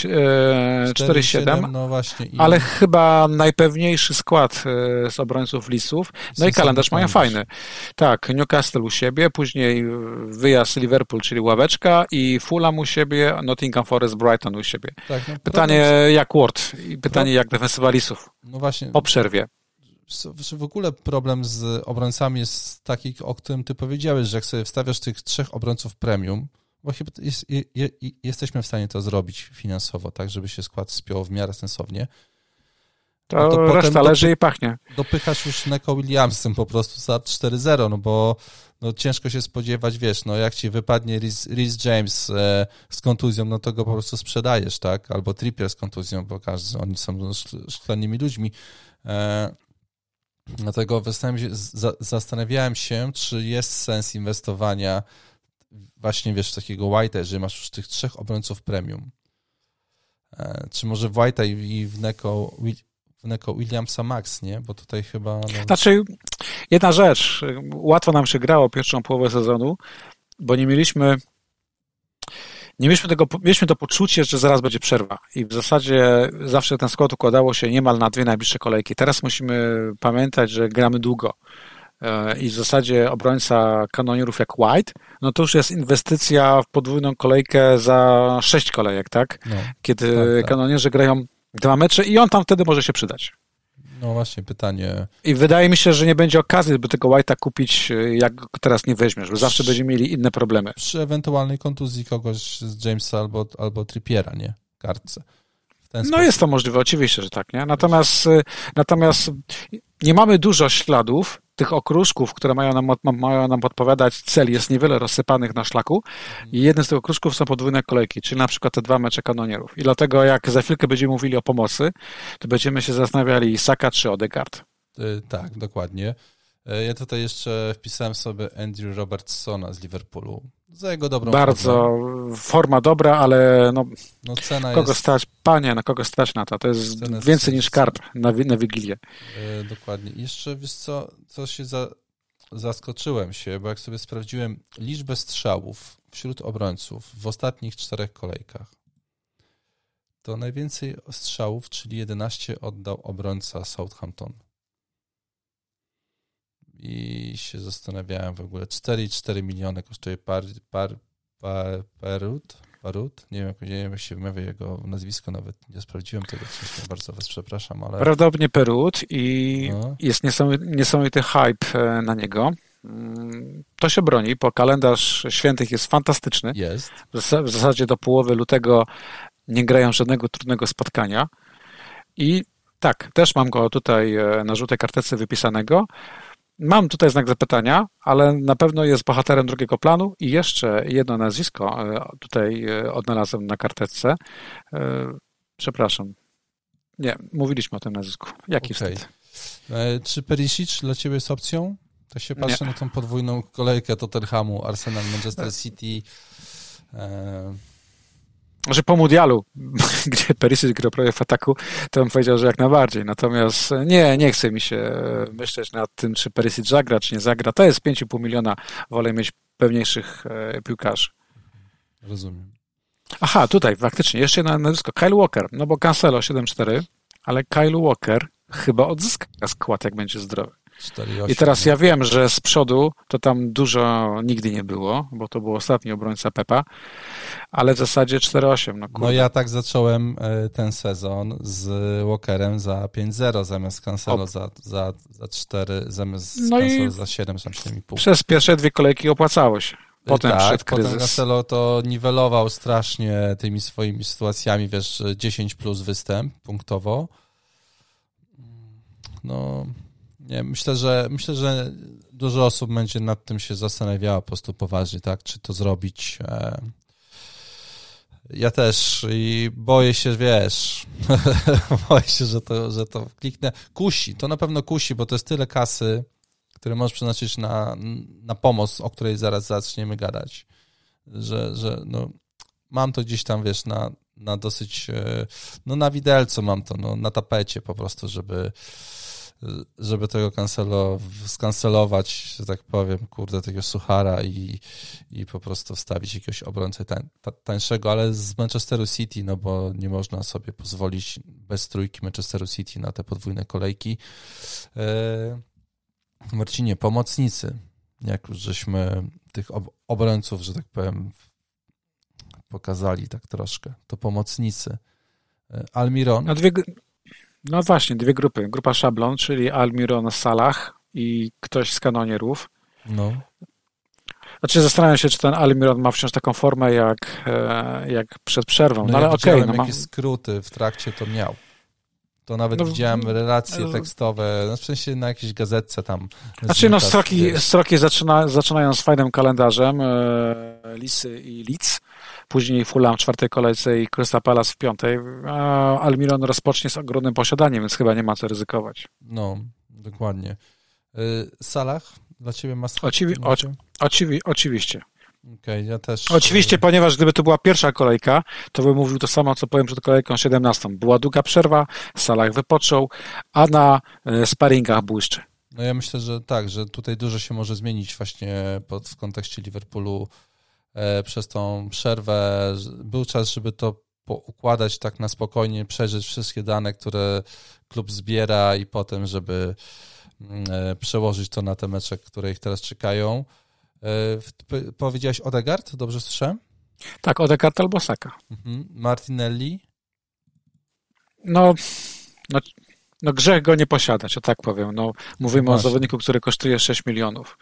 [SPEAKER 2] 4,7,
[SPEAKER 1] no właśnie.
[SPEAKER 2] Ale chyba najpewniejszy skład z obrońców Lisów. No i kalendarz mają fajny. Tak, Newcastle u siebie, później wyjazd Liverpool, czyli ławeczka i Fulham u siebie, Nottingham Forest, Brighton u siebie. Tak, no, pytanie jak Ward i pytanie jak defensywa Lisów.
[SPEAKER 1] No właśnie.
[SPEAKER 2] Po przerwie.
[SPEAKER 1] W ogóle problem z obrońcami jest taki, o którym ty powiedziałeś, że jak sobie wstawiasz tych 3 obrońców premium, bo chyba jesteśmy w stanie to zrobić finansowo, tak, żeby się skład spiął w miarę sensownie.
[SPEAKER 2] To reszta leży i pachnie.
[SPEAKER 1] Dopychasz już Neco Williamsem po prostu za 4-0, no bo no ciężko się spodziewać, wiesz, no jak ci wypadnie Reece James z kontuzją, no to go po prostu sprzedajesz, tak, albo Trippier z kontuzją, bo oni są szklanymi ludźmi. Dlatego zastanawiałem się, czy jest sens inwestowania właśnie, wiesz, takiego White'a, że masz już tych 3 obrońców premium. Czy może w White'a i w Neco Williamsa Max, nie? Bo tutaj chyba... No...
[SPEAKER 2] Znaczy, jedna rzecz. Łatwo nam się grało pierwszą połowę sezonu, bo mieliśmy to poczucie, że zaraz będzie przerwa i w zasadzie zawsze ten skład układało się niemal na 2 najbliższe kolejki. Teraz musimy pamiętać, że gramy długo. I w zasadzie obrońca kanonierów jak White, no to już jest inwestycja w podwójną kolejkę za 6 kolejek, tak? No, kiedy tak. Kanonierzy grają 2 mecze i on tam wtedy może się przydać.
[SPEAKER 1] No właśnie, pytanie...
[SPEAKER 2] I wydaje mi się, że nie będzie okazji, by tego White'a kupić, jak go teraz nie weźmiesz, bo zawsze będziemy mieli inne problemy.
[SPEAKER 1] Przy ewentualnej kontuzji kogoś z Jamesa albo Trippiera, nie? Kartce.
[SPEAKER 2] No jest to możliwe, oczywiście, że tak, nie? Natomiast nie mamy dużo śladów tych okruszków, które mają nam podpowiadać cel. Jest niewiele rozsypanych na szlaku i jednym z tych okruszków są podwójne kolejki, czyli na przykład te 2 mecze kanonierów. I dlatego jak za chwilkę będziemy mówili o pomocy, to będziemy się zastanawiali Saka czy Odegaard.
[SPEAKER 1] Tak, dokładnie. Ja tutaj jeszcze wpisałem sobie Andrew Robertsona z Liverpoolu. Za jego dobrą
[SPEAKER 2] Bardzo forma dobra, ale
[SPEAKER 1] no cena
[SPEAKER 2] kogo
[SPEAKER 1] jest...
[SPEAKER 2] stać? Panie, kogo stać na to? To jest więcej niż karp na Wigilię.
[SPEAKER 1] Dokładnie. Jeszcze wiesz co się zaskoczyłem się, bo jak sobie sprawdziłem liczbę strzałów wśród obrońców w ostatnich 4 kolejkach, to najwięcej strzałów, czyli 11 oddał obrońca Southampton. I się zastanawiałem w ogóle, 4,4 miliony kosztuje Parut. Nie wiem, jak się wymawia jego nazwisko, nawet nie sprawdziłem tego wcześniej, bardzo was przepraszam, ale...
[SPEAKER 2] Prawdopodobnie Perut i jest niesamowity hype na niego. To się broni, bo kalendarz świętych jest fantastyczny.
[SPEAKER 1] Jest.
[SPEAKER 2] W zasadzie do połowy lutego nie grają żadnego trudnego spotkania. I tak, też mam go tutaj na żółtej kartce wypisanego. Mam tutaj znak zapytania, ale na pewno jest bohaterem drugiego planu i jeszcze jedno nazwisko tutaj odnalazłem na karteczce. Przepraszam. Nie, mówiliśmy o tym nazwisku. Jaki wstyd?
[SPEAKER 1] Czy Perisic dla ciebie jest opcją? To się patrzę na tą podwójną kolejkę Tottenhamu, Arsenal, Manchester City.
[SPEAKER 2] Że po mundialu, gdzie Perisic grał prawie w ataku, to bym powiedział, że jak najbardziej. Natomiast nie chce mi się myśleć nad tym, czy Perisic zagra, czy nie zagra. To jest 5,5 miliona. Wolę mieć pewniejszych piłkarzy.
[SPEAKER 1] Rozumiem.
[SPEAKER 2] Aha, tutaj faktycznie jeszcze jedno nazwisko. Kyle Walker, no bo Cancelo 7,4, ale Kyle Walker chyba odzyska skład, jak będzie zdrowy.
[SPEAKER 1] 4,8.
[SPEAKER 2] I teraz ja wiem, że z przodu to tam dużo nigdy nie było, bo to był ostatni obrońca Pepa, ale w zasadzie 4,8.
[SPEAKER 1] No ja tak zacząłem ten sezon z Walkerem za 5,0 zamiast Cancelo za 4, zamiast Cancelo za 7, są 7,5.
[SPEAKER 2] Przez pierwsze 2 kolejki opłacało się. Potem
[SPEAKER 1] tak,
[SPEAKER 2] przed kryzys.
[SPEAKER 1] Potem Cancelo to niwelował strasznie tymi swoimi sytuacjami, wiesz, 10 plus występ punktowo. No... Nie, myślę, że dużo osób będzie nad tym się zastanawiało po prostu poważnie, tak, czy to zrobić. Ja też i boję się, wiesz, boję się, że to kliknę. Kusi, to na pewno kusi, bo to jest tyle kasy, które możesz przeznaczyć na pomoc, o której zaraz zaczniemy gadać, że no, mam to gdzieś tam, wiesz, na dosyć, no na widelcu mam to, no na tapecie po prostu, żeby tego skancelować, że tak powiem, kurde, takiego suchara i po prostu wstawić jakiegoś obrońcę tańszego, ale z Manchesteru City, no bo nie można sobie pozwolić bez trójki Manchesteru City na te podwójne kolejki. Marcinie, pomocnicy, jak już żeśmy tych obrońców, że tak powiem, pokazali tak troszkę, to pomocnicy. Almiron.
[SPEAKER 2] No właśnie, 2 grupy. Grupa szablon, czyli Almiron, Salah i ktoś z kanonierów.
[SPEAKER 1] No.
[SPEAKER 2] Znaczy zastanawiam się, czy ten Almiron ma wciąż taką formę jak przed przerwą.
[SPEAKER 1] No
[SPEAKER 2] ale
[SPEAKER 1] ja widziałem
[SPEAKER 2] jakie
[SPEAKER 1] skróty w trakcie to miał. To nawet widziałem relacje tekstowe, w sensie na jakiejś gazetce tam.
[SPEAKER 2] Znaczy stroki zaczynają z fajnym kalendarzem Lisy i Leeds, później Fulham w 4. kolejce i Crystal Palace w 5. A Almiron rozpocznie z ogromnym posiadaniem, więc chyba nie ma co ryzykować.
[SPEAKER 1] No, dokładnie. Salah dla ciebie ma
[SPEAKER 2] Oczywiście.
[SPEAKER 1] Okay, ja też.
[SPEAKER 2] Oczywiście, ponieważ gdyby to była pierwsza kolejka, to bym mówił to samo, co powiem przed kolejką 17. Była długa przerwa, Salah wypoczął, a na sparingach błyszczy.
[SPEAKER 1] No ja myślę, że tak, że tutaj dużo się może zmienić właśnie w kontekście Liverpoolu przez tą przerwę. Był czas, żeby to układać tak na spokojnie, przejrzeć wszystkie dane, które klub zbiera i potem, żeby przełożyć to na te mecze, które ich teraz czekają. Powiedziałeś Odegaard, dobrze słyszałem?
[SPEAKER 2] Tak, Odegaard albo Saka.
[SPEAKER 1] Martinelli?
[SPEAKER 2] No grzech go nie posiadać, o tak powiem. No, mówimy o zawodniku, który kosztuje 6 milionów.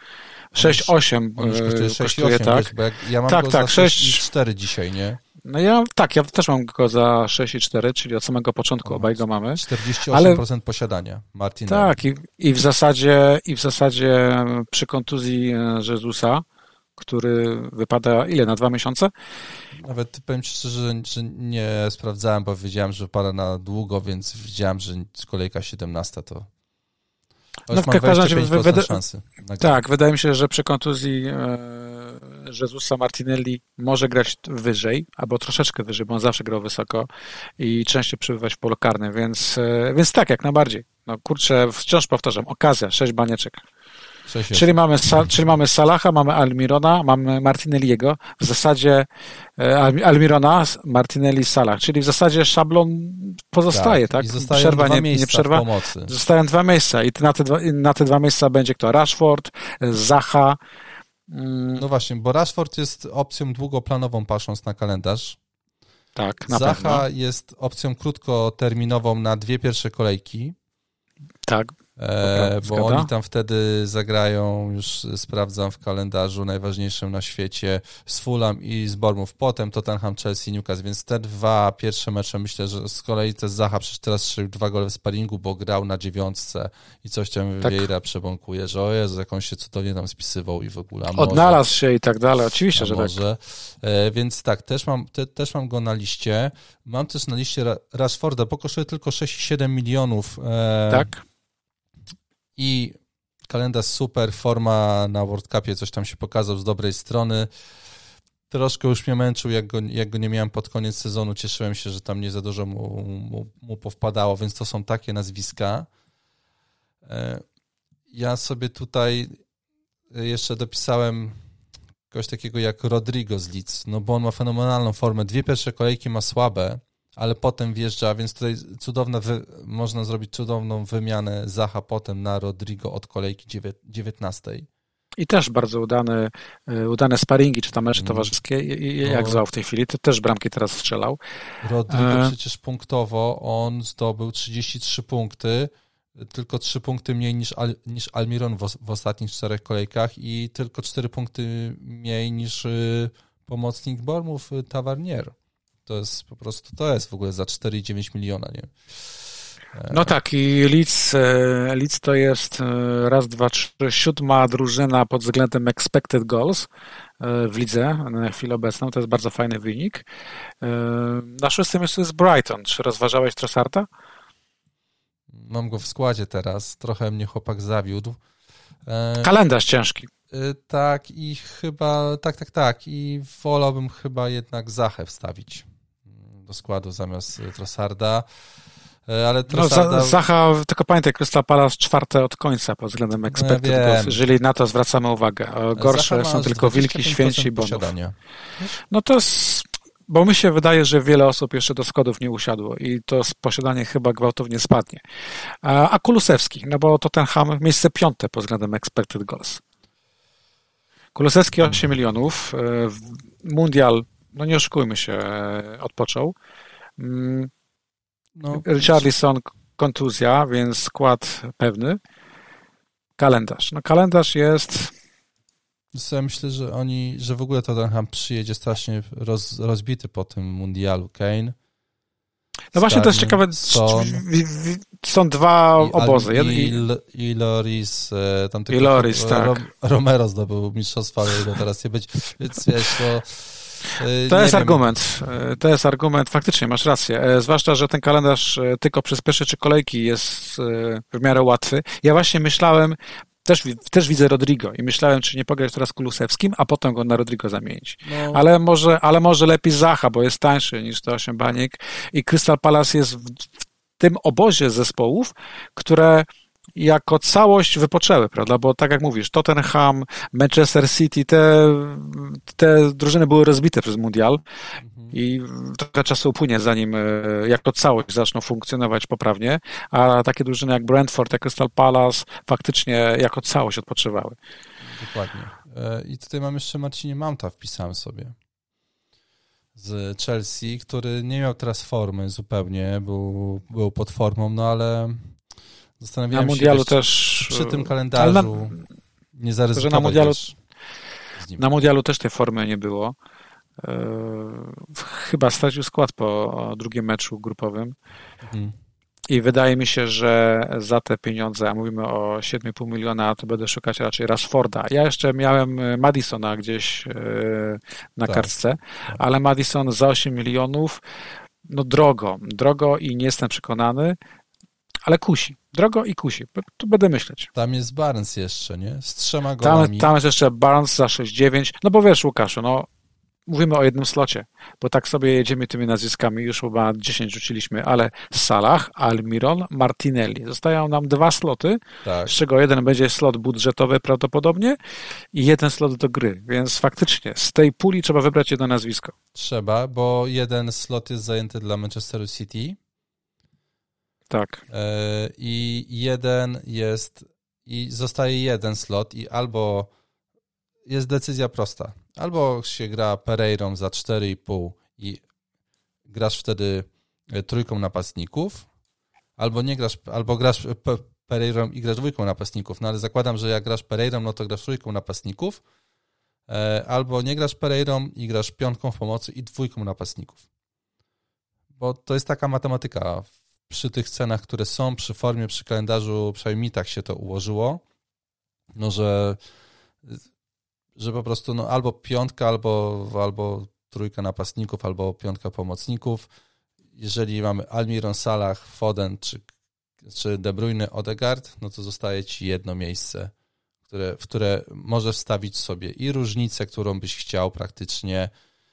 [SPEAKER 2] 6,8 kosztuje, tak.
[SPEAKER 1] Wiesz, bo ja mam go za 6,4 dzisiaj, nie?
[SPEAKER 2] No ja też mam go za 6,4, czyli od samego początku obaj go mamy.
[SPEAKER 1] 48% posiadania Martinelli.
[SPEAKER 2] Tak, i w zasadzie przy kontuzji Jezusa, który wypada na 2 miesiące?
[SPEAKER 1] Nawet powiem ci szczerze, że nie sprawdzałem, bo wiedziałem, że wypada na długo, więc widziałem, że kolejka 17 to... No w każdym razie szansy.
[SPEAKER 2] Tak, wydaje mi się, że przy kontuzji Jezusa Martinelli może grać wyżej, albo troszeczkę wyżej, bo on zawsze grał wysoko i częściej przebywać w polu karnym, więc tak, jak najbardziej. No kurczę, wciąż powtarzam, okazja, 6 banieczek. Czyli mamy Salaha, mamy Almirona, mamy Martinelliego, w zasadzie Almirona, Martinelli, Salah, czyli w zasadzie szablon pozostaje, tak?
[SPEAKER 1] I zostają dwa miejsca w pomocy.
[SPEAKER 2] Zostają 2 miejsca i na te 2 miejsca będzie kto? Rashford, Zaha.
[SPEAKER 1] No właśnie, bo Rashford jest opcją długoplanową, patrząc na kalendarz.
[SPEAKER 2] Tak, na
[SPEAKER 1] Zaha
[SPEAKER 2] pewno.
[SPEAKER 1] jest opcją krótkoterminową na 2 pierwsze kolejki.
[SPEAKER 2] Tak.
[SPEAKER 1] Bo oni tam wtedy zagrają, już sprawdzam w kalendarzu, najważniejszym na świecie, z Fulham i z Bournemouth, potem Tottenham, Chelsea, Newcastle, więc te 2 pierwsze mecze, myślę, że z kolei to Zaha przecież teraz strzelił 2 gole w sparingu, bo grał na 9 i coś tam Vieira przebąkuje, że o Jezu, jak on się cudownie tam spisywał i w ogóle.
[SPEAKER 2] Odnalazł się i tak dalej, oczywiście, że
[SPEAKER 1] może. Tak. Więc tak, też mam go na liście. Mam też na liście Rashforda, bo kosztuje tylko 6,7 milionów.
[SPEAKER 2] Tak.
[SPEAKER 1] I kalendarz super, forma na World Cupie, coś tam się pokazał z dobrej strony. Troszkę już mnie męczył, jak go nie miałem pod koniec sezonu. Cieszyłem się, że tam nie za dużo mu powpadało, więc to są takie nazwiska. Ja sobie tutaj jeszcze dopisałem kogoś takiego jak Rodrigo z Leeds, no bo on ma fenomenalną formę. 2 pierwsze kolejki ma słabe, ale potem wjeżdża, więc tutaj można zrobić cudowną wymianę Zaha potem na Rodrigo od kolejki 19.
[SPEAKER 2] I też bardzo udane sparingi, czy tam mecze towarzyskie, jak zwał w tej chwili, to też bramki teraz strzelał.
[SPEAKER 1] Rodrigo przecież punktowo, on zdobył 33 punkty, tylko 3 punkty mniej niż Almiron w ostatnich 4 kolejkach i tylko 4 punkty mniej niż pomocnik Bournemouth Tavernier. To jest po prostu, to jest w ogóle za 4,9 miliona, nie?
[SPEAKER 2] No tak, i Leeds to jest raz, dwa, trzy, 7. drużyna pod względem expected goals w lidze na chwilę obecną. To jest bardzo fajny wynik. Na 6. miejscu jest Brighton. Czy rozważałeś Trossarda?
[SPEAKER 1] Mam go w składzie teraz. Trochę mnie chłopak zawiódł.
[SPEAKER 2] Kalendarz ciężki.
[SPEAKER 1] Tak i chyba, tak. I wolałbym chyba jednak Zachę wstawić do składu zamiast Trossarda. Ale Trossarda...
[SPEAKER 2] Zacha, tylko pamiętaj, Crystal Palace 4. od końca pod względem expected goals, jeżeli na to zwracamy uwagę. Gorsze są tylko Wilki, Święci i Bonów. No to jest... Bo mi się wydaje, że wiele osób jeszcze do składów nie usiadło i to posiadanie chyba gwałtownie spadnie. A Kulusewski, no bo Tottenham miejsce 5. pod względem expected goals. Kulusewski 8 milionów, Mundial, no nie oszukujmy się, odpoczął. Richarlison kontuzja, więc skład pewny. Kalendarz. No kalendarz jest...
[SPEAKER 1] Ja myślę, że w ogóle Tottenham przyjedzie strasznie rozbity po tym mundialu. Kane.
[SPEAKER 2] No właśnie to jest ciekawe, są 2 obozy.
[SPEAKER 1] I Loris, tam tylko
[SPEAKER 2] Loris, tak.
[SPEAKER 1] Romero zdobył mistrzostwa, ale jego teraz nie być, więc wiesz,
[SPEAKER 2] to jest argument. To jest argument, faktycznie masz rację. Zwłaszcza, że ten kalendarz tylko przez pierwsze 3 kolejki jest w miarę łatwy. Ja właśnie myślałem, też widzę Rodrigo i myślałem, czy nie pograć teraz Kulusewskim, a potem go na Rodrigo zamienić. No. Ale może lepiej Zaha, bo jest tańszy niż te 8 baniek i Crystal Palace jest w tym obozie zespołów, które jako całość wypoczęły, prawda? Bo tak jak mówisz, Tottenham, Manchester City, te drużyny były rozbite przez mundial i trochę czasu upłynie, zanim jako całość zaczną funkcjonować poprawnie, a takie drużyny jak Brentford, jak Crystal Palace faktycznie jako całość odpoczywały.
[SPEAKER 1] Dokładnie. I tutaj mam jeszcze Marcinie Mounta, wpisałem sobie z Chelsea, który nie miał teraz formy zupełnie, był pod formą, no ale zastanawiałem się też przy tym kalendarzu nie zaryzykować
[SPEAKER 2] na mundialu, na mundialu też tej formy nie było. Chyba stracił skład po drugim meczu grupowym. I wydaje mi się, że za te pieniądze, a mówimy o 7,5 miliona, to będę szukać raczej Rashforda. Ja jeszcze miałem Madisona gdzieś na kartce, ale Madison za 8 milionów, no drogo i nie jestem przekonany. ale kusi. Drogo i kusi. Tu będę myśleć.
[SPEAKER 1] Tam jest Barnes jeszcze, nie? Z 3 golami.
[SPEAKER 2] Tam jest jeszcze Barnes za 6,9. No bo wiesz, Łukaszu, mówimy o jednym slocie, bo tak sobie jedziemy tymi nazwiskami, już chyba 10 rzuciliśmy, ale Salah, Almiron, Martinelli. Zostają nam 2 sloty,
[SPEAKER 1] tak.
[SPEAKER 2] Z czego jeden będzie slot budżetowy prawdopodobnie i jeden slot do gry, więc faktycznie z tej puli trzeba wybrać jedno nazwisko.
[SPEAKER 1] Trzeba, bo jeden slot jest zajęty dla Manchesteru City.
[SPEAKER 2] Tak.
[SPEAKER 1] I zostaje jeden slot i albo jest decyzja prosta. Albo się gra Pereirą za 4,5 i grasz wtedy 3 napastników, albo nie grasz, albo grasz Pereirą i grasz 2 napastników. No ale zakładam, że jak grasz Pereirą, no to grasz 3 napastników, albo nie grasz Pereirą i grasz 5 w pomocy i 2 napastników. Bo to jest taka matematyka. Przy tych cenach, które są, przy formie, przy kalendarzu, przynajmniej mi tak się to ułożyło, no że po prostu albo 5, albo 3 napastników, albo 5 pomocników. Jeżeli mamy Almiron, Salah, Foden czy De Bruyne, Odegaard, no to zostaje ci jedno miejsce, w które możesz wstawić sobie i różnicę, którą byś chciał praktycznie,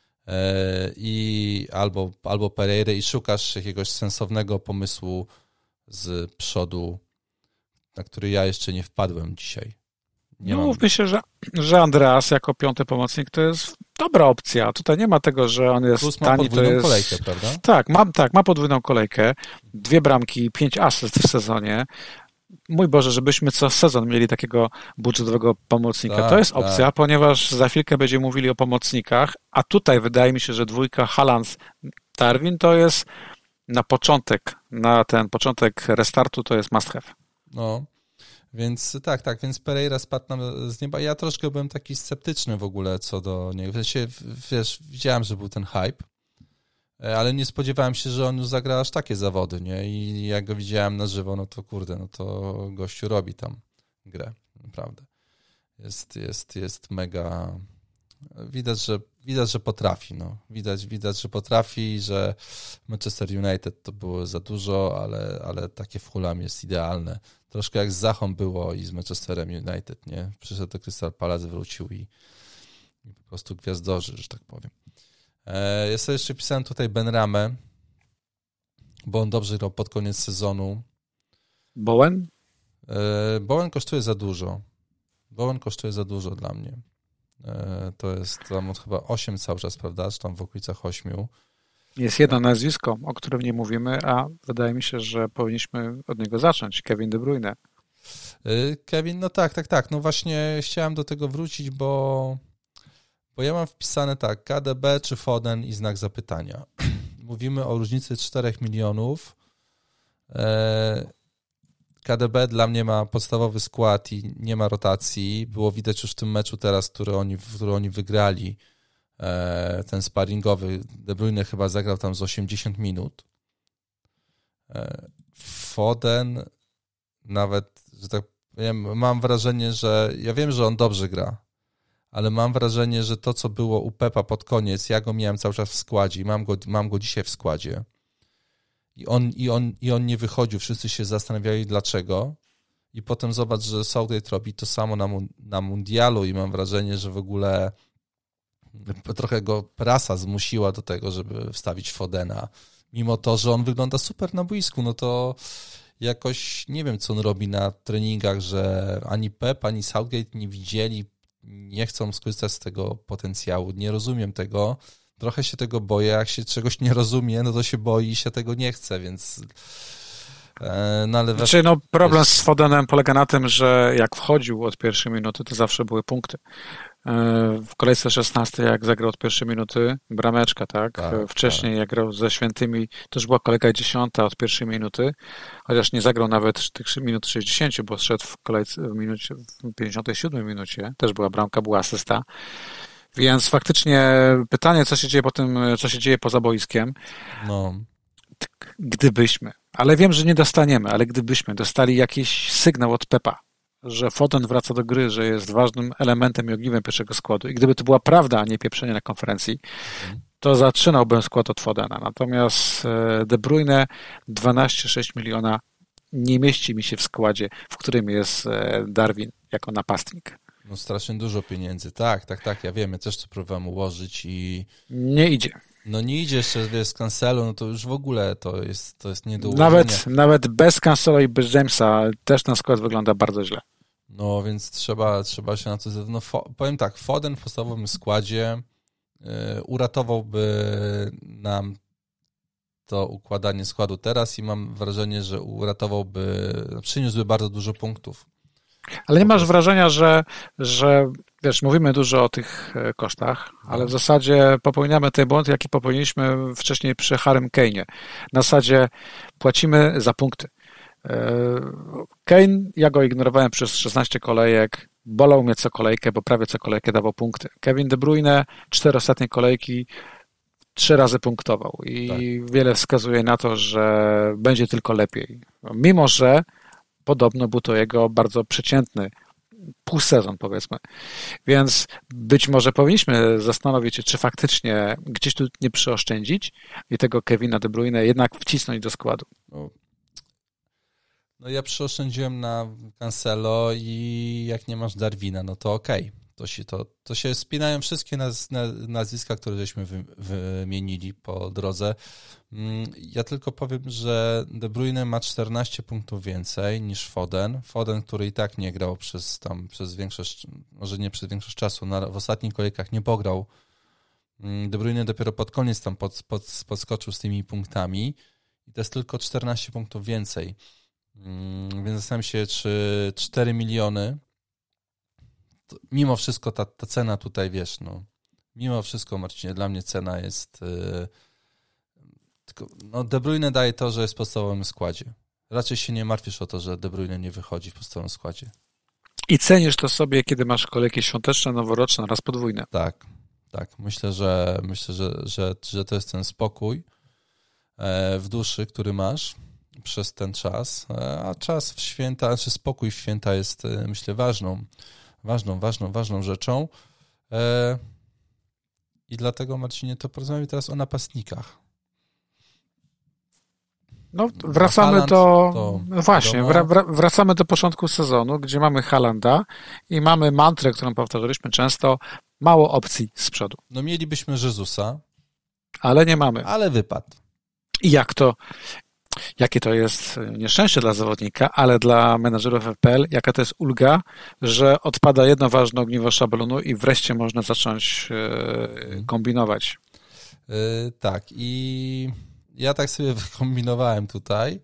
[SPEAKER 1] i albo Pereirę i szukasz jakiegoś sensownego pomysłu z przodu, na który ja jeszcze nie wpadłem dzisiaj.
[SPEAKER 2] Mówmy się, że Andreas jako 5 pomocnik to jest dobra opcja. Tutaj nie ma tego, że on jest
[SPEAKER 1] plus
[SPEAKER 2] tani.
[SPEAKER 1] Ma podwójną kolejkę, prawda?
[SPEAKER 2] Tak, ma podwójną kolejkę. 2 bramki, 5 asyst w sezonie. Mój Boże, żebyśmy co sezon mieli takiego budżetowego pomocnika.
[SPEAKER 1] Tak,
[SPEAKER 2] to jest opcja, ponieważ za chwilkę będziemy mówili o pomocnikach, a tutaj wydaje mi się, że 2 Haaland, Darwin to jest na ten początek restartu to jest must have.
[SPEAKER 1] No, więc więc Pereira spadł nam z nieba. Ja troszkę byłem taki sceptyczny w ogóle co do niego. W sensie, wiesz, widziałem, że był ten hype, ale nie spodziewałem się, że on już zagra aż takie zawody, nie? I jak go widziałem na żywo, no to kurde, no to gościu robi tam grę, naprawdę. Jest mega... Widać, że potrafi, no. Widać, że potrafi, że Manchester United to było za dużo, ale takie w Fulham jest idealne. Troszkę jak z Zachą było i z Manchesterem United, nie? Przyszedł do Crystal Palace, wrócił i po prostu gwiazdorzy, że tak powiem. Ja sobie jeszcze pisałem tutaj Benramę, bo on dobrze grał pod koniec sezonu.
[SPEAKER 2] Bowen?
[SPEAKER 1] Bowen kosztuje za dużo dla mnie. To jest tam chyba 8 cały czas, prawda? Czy tam w okolicach 8.
[SPEAKER 2] Jest jedno nazwisko, o którym nie mówimy, a wydaje mi się, że powinniśmy od niego zacząć. Kevin De Bruyne.
[SPEAKER 1] Kevin, no tak. No właśnie chciałem do tego wrócić, bo ja mam wpisane tak, KDB czy Foden i znak zapytania. Mówimy o różnicy 4 milionów. KDB dla mnie ma podstawowy skład i nie ma rotacji. Było widać już w tym meczu teraz, który oni wygrali, ten sparingowy. De Bruyne chyba zagrał tam z 80 minut. Foden nawet, że tak powiem, mam wrażenie, że ja wiem, że on dobrze gra, ale mam wrażenie, że to, co było u Pepa pod koniec, ja go miałem cały czas w składzie i mam go dzisiaj w składzie. I on nie wychodził, wszyscy się zastanawiali dlaczego i potem zobacz, że Southgate robi to samo na mundialu i mam wrażenie, że w ogóle trochę go prasa zmusiła do tego, żeby wstawić Fodena, mimo to, że on wygląda super na boisku, no to jakoś nie wiem, co on robi na treningach, że ani Pep, ani Southgate nie widzieli, nie chcą skorzystać z tego potencjału, nie rozumiem tego. Trochę się tego boję, jak się czegoś nie rozumie, no to się boi i się tego nie chce, więc...
[SPEAKER 2] Problem z Fodenem polega na tym, że jak wchodził od pierwszej minuty, to zawsze były punkty. W kolejce 16, jak zagrał od pierwszej minuty, brameczka, tak? Wcześniej, jak grał ze Świętymi, to już była kolejka 10 od pierwszej minuty, chociaż nie zagrał nawet tych minut 60, bo szedł w kolejce w 57 minucie, też była bramka, była asysta. Więc faktycznie pytanie, co się dzieje po tym, co się dzieje poza boiskiem.
[SPEAKER 1] No.
[SPEAKER 2] Gdybyśmy, ale wiem, że nie dostaniemy, ale gdybyśmy dostali jakiś sygnał od Pepa, że Foden wraca do gry, że jest ważnym elementem i ogniwem pierwszego składu i gdyby to była prawda, a nie pieprzenie na konferencji, to zaczynałbym skład od Fodena. Natomiast De Bruyne 12,6 miliona nie mieści mi się w składzie, w którym jest Darwin jako napastnik.
[SPEAKER 1] No strasznie dużo pieniędzy. Tak, ja wiem, ja też to próbowałem ułożyć i...
[SPEAKER 2] Nie idzie.
[SPEAKER 1] No nie idzie jeszcze, wiesz, z Cancelo, no to już w ogóle to jest nie do ułożenia.
[SPEAKER 2] Nawet bez Cancelo i bez Jamesa też ten skład wygląda bardzo źle.
[SPEAKER 1] No więc trzeba się na to... No, powiem tak, Foden w podstawowym składzie uratowałby nam to układanie składu teraz i mam wrażenie, że przyniósłby bardzo dużo punktów.
[SPEAKER 2] Ale nie masz wrażenia, że wiesz, mówimy dużo o tych kosztach, ale w zasadzie popełniamy ten błąd, jaki popełniliśmy wcześniej przy Harrym Kane'ie. Na zasadzie płacimy za punkty. Kane, ja go ignorowałem przez 16 kolejek, bolał mnie co kolejkę, bo prawie co kolejkę dawał punkty. Kevin De Bruyne 4 ostatnie kolejki 3 razy punktował i wiele wskazuje na to, że będzie tylko lepiej. Mimo że podobno był to jego bardzo przeciętny półsezon, powiedzmy. Więc być może powinniśmy zastanowić się, czy faktycznie gdzieś tu nie przyoszczędzić i tego Kevina De Bruyne jednak wcisnąć do składu.
[SPEAKER 1] No ja przyoszczędziłem na Cancelo i jak nie masz Darwina, no to okej. To się spinają wszystkie nazwiska, które żeśmy wymienili po drodze. Ja tylko powiem, że De Bruyne ma 14 punktów więcej niż Foden. Foden, który i tak nie grał przez większość, może nie przez większość czasu, w ostatnich kolejkach nie pograł. De Bruyne dopiero pod koniec tam podskoczył z tymi punktami i to jest tylko 14 punktów więcej. Więc zastanawiam się, czy 4 miliony mimo wszystko ta cena tutaj, wiesz, no mimo wszystko, Marcinie, dla mnie cena jest tylko, no De Bruyne daje to, że jest w podstawowym składzie. Raczej się nie martwisz o to, że De Bruyne nie wychodzi w podstawowym składzie. I
[SPEAKER 2] cenisz to sobie, kiedy masz kolejki świąteczne, noworoczne oraz podwójne.
[SPEAKER 1] Tak. Myślę, że to jest ten spokój w duszy, który masz przez ten czas, a czas w święta, znaczy spokój w święta jest, myślę, ważną rzeczą. I dlatego, Marcinie, to porozmawiamy teraz o napastnikach.
[SPEAKER 2] No, wracamy wracamy do początku sezonu, gdzie mamy Haalanda i mamy mantrę, którą powtarzaliśmy często, mało opcji z przodu.
[SPEAKER 1] No mielibyśmy Jezusa.
[SPEAKER 2] Ale nie mamy.
[SPEAKER 1] Ale wypadł.
[SPEAKER 2] I jakie to jest nieszczęście dla zawodnika, ale dla menadżerów FPL, jaka to jest ulga, że odpada jedno ważne ogniwo szablonu i wreszcie można zacząć kombinować.
[SPEAKER 1] Tak, i ja tak sobie wykombinowałem tutaj.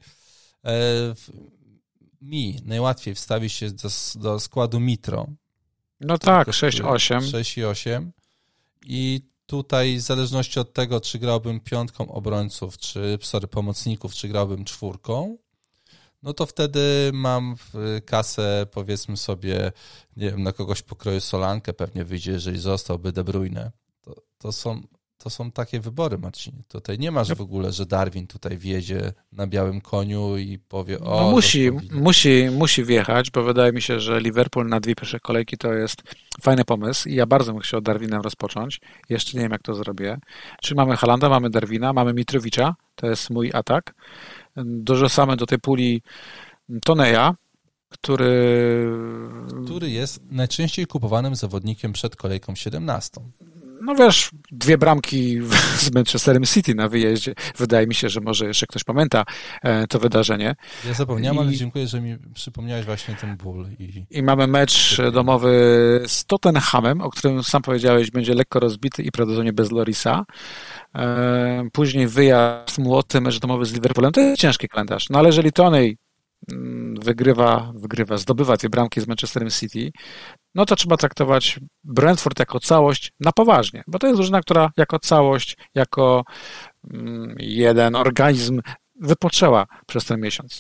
[SPEAKER 1] Najłatwiej wstawi się do składu Mitro.
[SPEAKER 2] No tak, 6-8.
[SPEAKER 1] 6-8. I tutaj w zależności od tego, czy grałbym piątką obrońców, pomocników, czy grałbym czwórką, no to wtedy mam kasę, powiedzmy sobie, nie wiem, na kogoś pokroju Solankę pewnie wyjdzie, jeżeli zostałby De Bruyne. To są takie wybory, Marcin. Tutaj nie masz w ogóle, że Darwin tutaj wjedzie na białym koniu i powie o...
[SPEAKER 2] No musi wjechać, bo wydaje mi się, że Liverpool na 2 pierwsze kolejki to jest fajny pomysł i ja bardzo bym chciał Darwinem rozpocząć. Jeszcze nie wiem, jak to zrobię. Czy mamy Haalanda, mamy Darwina, mamy Mitrowicza, to jest mój atak. Dorzucamy do tej puli Toneja, który
[SPEAKER 1] jest najczęściej kupowanym zawodnikiem przed kolejką 17.
[SPEAKER 2] No wiesz, 2 bramki z Manchesterem City na wyjeździe. Wydaje mi się, że może jeszcze ktoś pamięta to wydarzenie.
[SPEAKER 1] Ja zapomniałem, ale dziękuję, że mi przypomniałeś właśnie ten ból.
[SPEAKER 2] I mamy mecz domowy z Tottenhamem, o którym sam powiedziałeś, będzie lekko rozbity i prawdopodobnie bez Lorisa. Później wyjazd Młoty, mecz domowy z Liverpoolem. To jest ciężki kalendarz. No ale jeżeli Toney zdobywa 2 bramki z Manchesterem City, no to trzeba traktować Brentford jako całość na poważnie, bo to jest drużyna, która jako całość, jako jeden organizm wypoczęła przez ten miesiąc.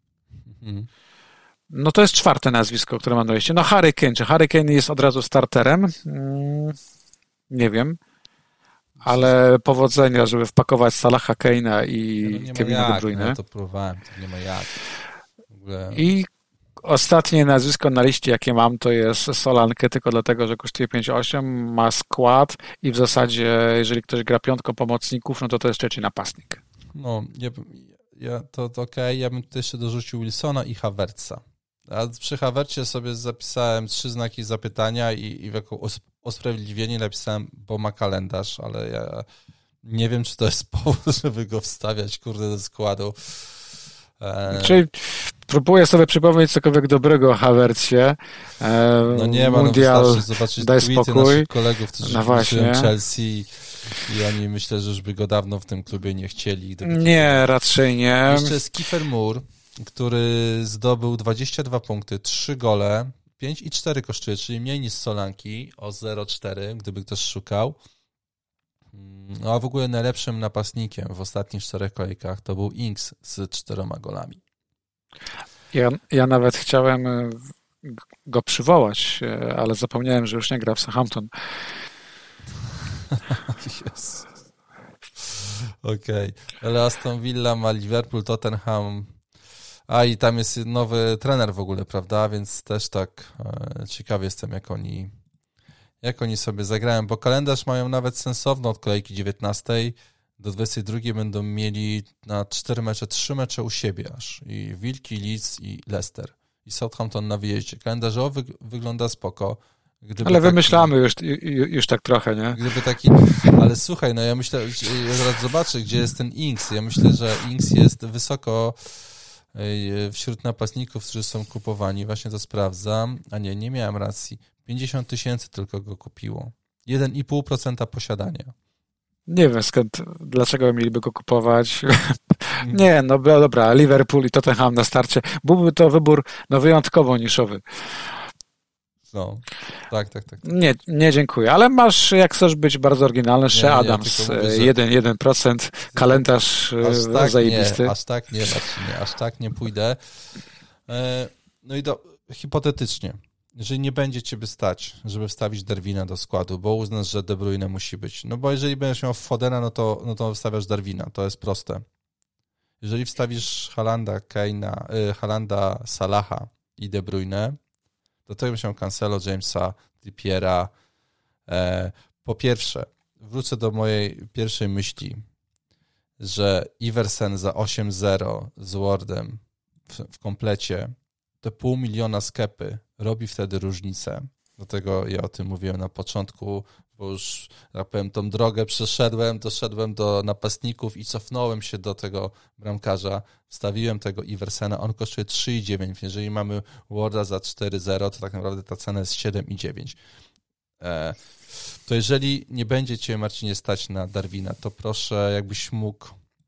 [SPEAKER 2] No to jest 4. nazwisko, które mam na liście. No Harry Kane. Czy Harry Kane jest od razu starterem? Nie wiem. Ale powodzenia, żeby wpakować Salaha, Kane'a i Kevina De Bruyne.
[SPEAKER 1] No to próbowałem, to nie ma jak.
[SPEAKER 2] I ostatnie nazwisko na liście, jakie mam, to jest Solankę, tylko dlatego, że kosztuje 5,8, ma skład i w zasadzie, jeżeli ktoś gra piątką pomocników, no to jest trzeci napastnik.
[SPEAKER 1] No, to okej, ja bym tutaj jeszcze dorzucił Wilsona i Havertza. A przy Havertzie sobie zapisałem 3 znaki zapytania i jako usprawiedliwienie napisałem, bo ma kalendarz, ale ja nie wiem, czy to jest powód, żeby go wstawiać, do składu.
[SPEAKER 2] Czyli próbuję sobie przypomnieć cokolwiek dobrego o Havertzie.
[SPEAKER 1] No nie ma, wystarczy zobaczyć
[SPEAKER 2] daj
[SPEAKER 1] tweety
[SPEAKER 2] spokój.
[SPEAKER 1] naszych kolegów, którzy kibicują Chelsea i oni myślę, że już by go dawno w tym klubie nie chcieli.
[SPEAKER 2] Nie, raczej nie.
[SPEAKER 1] Jeszcze jest Kiefer Moore, który zdobył 22 punkty, 3 gole, 5,4 kosztuje, czyli mniej niż Solanki, o 0,4, gdyby ktoś szukał. No a w ogóle najlepszym napastnikiem w ostatnich 4 kolejkach to był Ings z 4 golami.
[SPEAKER 2] Ja nawet chciałem go przywołać, ale zapomniałem, że już nie gra w Southampton.
[SPEAKER 1] Yes. Okej. Ale Aston Villa ma Liverpool, Tottenham. A i tam jest nowy trener w ogóle, prawda? Więc też tak ciekawy jestem, jak oni sobie zagrają, bo kalendarz mają nawet sensowny od kolejki 19 do 22 będą mieli na 4 mecze, 3 mecze u siebie aż. I Wilki, Leeds i Leicester. I Southampton na wyjeździe. Kalendarzowo wygląda spoko.
[SPEAKER 2] Ale wymyślamy już tak trochę, nie?
[SPEAKER 1] Gdyby taki... Ale słuchaj, no ja myślę, ja zaraz zobaczę, gdzie jest ten Ings. Ja myślę, że Ings jest wysoko wśród napastników, którzy są kupowani. Właśnie to sprawdzam. A nie miałem racji. 50 000 tylko go kupiło. 1,5% posiadania. Nie wiem
[SPEAKER 2] dlaczego mieliby go kupować. Nie, no dobra, Liverpool i Tottenham na starcie. Byłby to wybór wyjątkowo niszowy.
[SPEAKER 1] No, tak.
[SPEAKER 2] Nie, dziękuję. Ale masz, jak chcesz być bardzo oryginalny, Shea Adams, 1%, kalendarz zajebisty.
[SPEAKER 1] Aż tak nie pójdę. No i hipotetycznie, jeżeli nie będzie ciebie stać, żeby wstawić Darwina do składu, bo uznasz, że De Bruyne musi być. No bo jeżeli będziesz miał Fodena, no to wstawiasz Darwina. To jest proste. Jeżeli wstawisz Haalanda, Salaha i De Bruyne, do tego się Cancelo, Jamesa, Trippiera. Po pierwsze, wrócę do mojej pierwszej myśli, że Iversen za 8-0 z Wardem w komplecie, te 500 000 skepy robi wtedy różnicę. Dlatego ja o tym mówiłem na początku, bo już, jak powiem, tą drogę doszedłem do napastników i cofnąłem się do tego bramkarza, wstawiłem tego Iversena, on kosztuje 3,9, jeżeli mamy Warda za 4,0, to tak naprawdę ta cena jest 7,9. To jeżeli nie będzie cię, Marcinie, stać na Darwina, to proszę, jakbyś mógł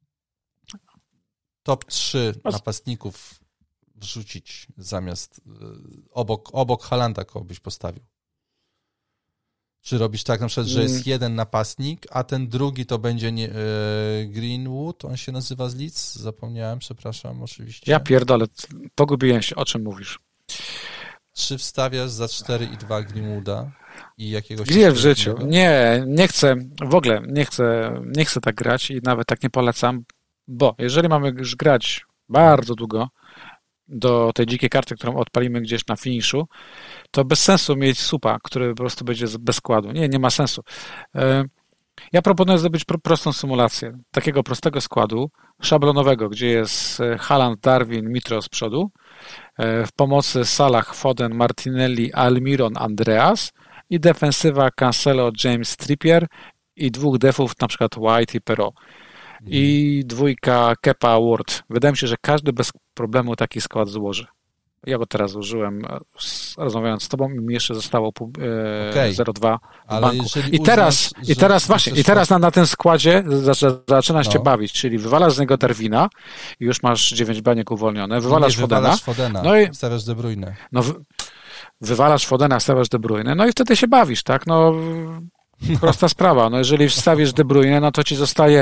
[SPEAKER 1] top 3 napastników wrzucić zamiast obok Haalanda, kogo byś postawił. Czy robisz tak na przykład, że jest jeden napastnik, a ten drugi to będzie Greenwood, on się nazywa z Leeds? Zapomniałem, przepraszam, oczywiście.
[SPEAKER 2] Ja pierdolę, pogubiłem się, o czym mówisz.
[SPEAKER 1] Czy wstawiasz za 4,2 Greenwooda i jakiegoś...
[SPEAKER 2] Gdzie w życiu? Nie chcę, w ogóle nie chcę tak grać i nawet tak nie polecam, bo jeżeli mamy już grać bardzo długo do tej dzikiej karty, którą odpalimy gdzieś na finiszu, to bez sensu mieć supa, który po prostu będzie bez składu. Nie ma sensu. Ja proponuję zrobić prostą symulację takiego prostego składu, szablonowego, gdzie jest Haaland, Darwin, Mitro z przodu, w pomocy Salah, Foden, Martinelli, Almiron, Andreas i defensywa Cancelo, James, Trippier i 2 defów, na przykład White i Perrault. I 2 Kepa, Ward. Wydaje mi się, że każdy bez problemu taki skład złoży. Ja go teraz użyłem, rozmawiając z tobą, i mi jeszcze zostało 0,2 w banku. I teraz na tym składzie zaczynasz cię bawić, czyli wywalasz z niego Darwina i już masz 9 baniek uwolnione, wywalasz Fodena.
[SPEAKER 1] No i stawiasz De Bruyne.
[SPEAKER 2] Wywalasz Fodena, stawiasz De Bruyne, no i wtedy się bawisz, tak? Prosta sprawa. Jeżeli wstawisz De Bruyne, no to ci zostaje...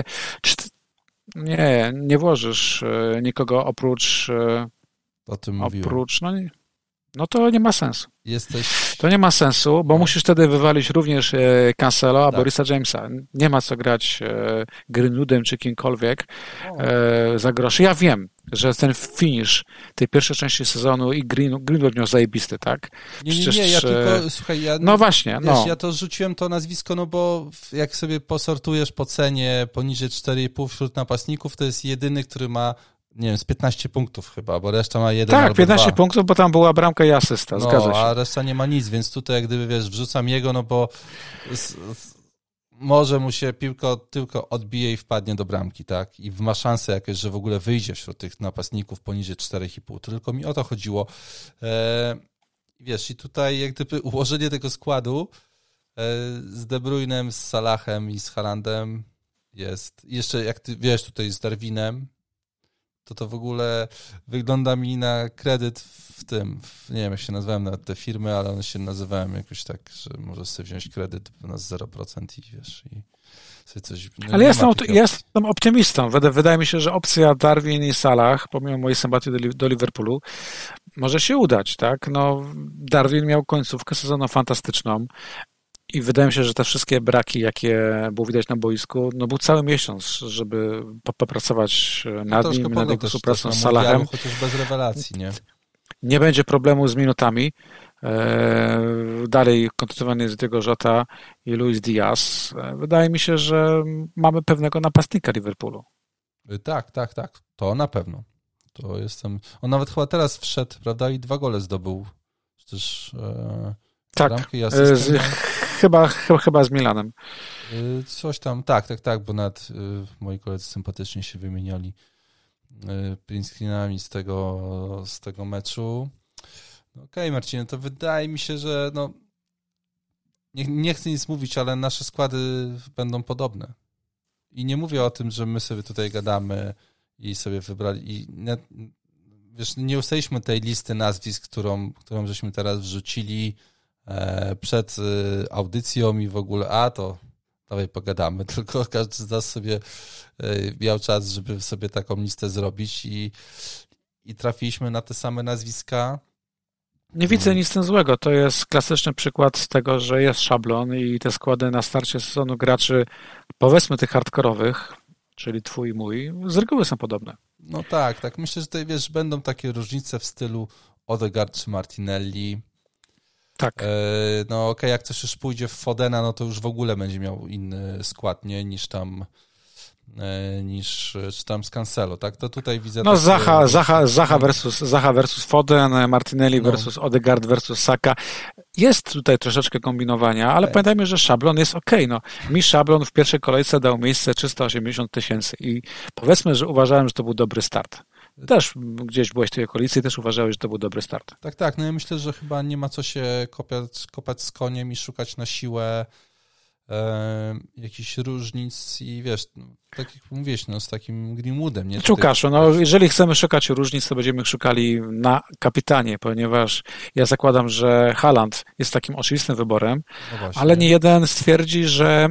[SPEAKER 2] Nie włożysz nikogo oprócz...
[SPEAKER 1] O tym mówiłem.
[SPEAKER 2] No to nie ma sensu.
[SPEAKER 1] Jesteś...
[SPEAKER 2] To nie ma sensu, bo musisz wtedy wywalić również Cancelo albo Reesa Jamesa. Nie ma co grać Greenwoodem czy kimkolwiek za groszy. Ja wiem, że ten finish tej pierwszej części sezonu i Greenwood miał zajebisty, tak?
[SPEAKER 1] Nie, ja tylko, słuchaj,
[SPEAKER 2] no właśnie,
[SPEAKER 1] wiesz, ja to rzuciłem to nazwisko, bo jak sobie posortujesz po cenie poniżej 4,5 wśród napastników, to jest jedyny, który ma nie wiem, z 15 punktów chyba, bo reszta ma 1
[SPEAKER 2] Tak,
[SPEAKER 1] albo
[SPEAKER 2] 15
[SPEAKER 1] 2.
[SPEAKER 2] punktów, bo tam była bramka i asysta, zgadza się.
[SPEAKER 1] A reszta nie ma nic, więc tutaj jak gdyby, wiesz, wrzucam jego, no bo może mu się piłka tylko odbije i wpadnie do bramki, tak? I ma szansę jakieś, że w ogóle wyjdzie wśród tych napastników poniżej 4,5. Tylko mi o to chodziło. Wiesz, i tutaj jak gdyby ułożenie tego składu z De Bruynem, z Salahem i z Haalandem jest. Jeszcze jak ty wiesz, tutaj z Darwinem, to w ogóle wygląda mi na kredyt w tym, nie wiem jak się nazywałem nawet te firmy, ale one się nazywałem jakoś tak, że możesz sobie wziąć kredyt na 0% i wiesz, i sobie coś... No
[SPEAKER 2] ale jestem optymistą. Wydaje mi się, że opcja Darwin i Salah, pomimo mojej sympatii do Liverpoolu, może się udać, tak? No, Darwin miał końcówkę sezonu fantastyczną. I wydaje mi się, że te wszystkie braki, jakie było widać na boisku, no był cały miesiąc, żeby popracować nad nim, nad jego współpracą z Salahem.
[SPEAKER 1] Chociaż bez rewelacji, nie?
[SPEAKER 2] Nie będzie problemu z minutami. Dalej kontynuowany jest Diego Jota i Luis Diaz. Wydaje mi się, że mamy pewnego napastnika Liverpoolu.
[SPEAKER 1] Tak. To na pewno. To jestem... On nawet chyba teraz wszedł, prawda? I 2 gole zdobył. Przecież...
[SPEAKER 2] Tak, chyba z Milanem.
[SPEAKER 1] Coś tam, tak, bo nawet moi koledzy sympatycznie się wymieniali print screenami z tego meczu. Okej, Marcinie, to wydaje mi się, że nie chcę nic mówić, ale nasze składy będą podobne. I nie mówię o tym, że my sobie tutaj gadamy i sobie wybrali wiesz, nie ustaliliśmy tej listy nazwisk, którą żeśmy teraz wrzucili przed audycją i w ogóle, to dawaj pogadamy, tylko każdy z nas sobie miał czas, żeby sobie taką listę zrobić i trafiliśmy na te same nazwiska.
[SPEAKER 2] Nie widzę nic z tym złego. To jest klasyczny przykład tego, że jest szablon i te składy na starcie sezonu graczy, powiedzmy tych hardkorowych, czyli twój i mój, z reguły są podobne.
[SPEAKER 1] No tak. Myślę, że tutaj, wiesz, będą takie różnice w stylu Odegaard czy Martinelli.
[SPEAKER 2] Tak.
[SPEAKER 1] Jak coś już pójdzie w Fodena, no to już w ogóle będzie miał inny skład, nie? Niż tam z Cancelo, tak? To tutaj widzę...
[SPEAKER 2] No Zaha versus Foden, Martinelli versus Odegaard versus Saka. Jest tutaj troszeczkę kombinowania, ale pamiętajmy, że szablon jest okej. No, mi szablon w pierwszej kolejce dał miejsce 380 000 i powiedzmy, że uważałem, że to był dobry start. Też gdzieś byłeś w tej okolicy i też uważałeś, że to był dobry start.
[SPEAKER 1] Tak. No ja myślę, że chyba nie ma co się kopać z koniem i szukać na siłę jakichś różnic i wiesz, tak jak mówiłeś, z takim Greenwoodem. Nie?
[SPEAKER 2] Łukaszu, jeżeli chcemy szukać różnic, to będziemy szukali na kapitanie, ponieważ ja zakładam, że Haaland jest takim oczywistym wyborem, ale nie jeden stwierdzi, że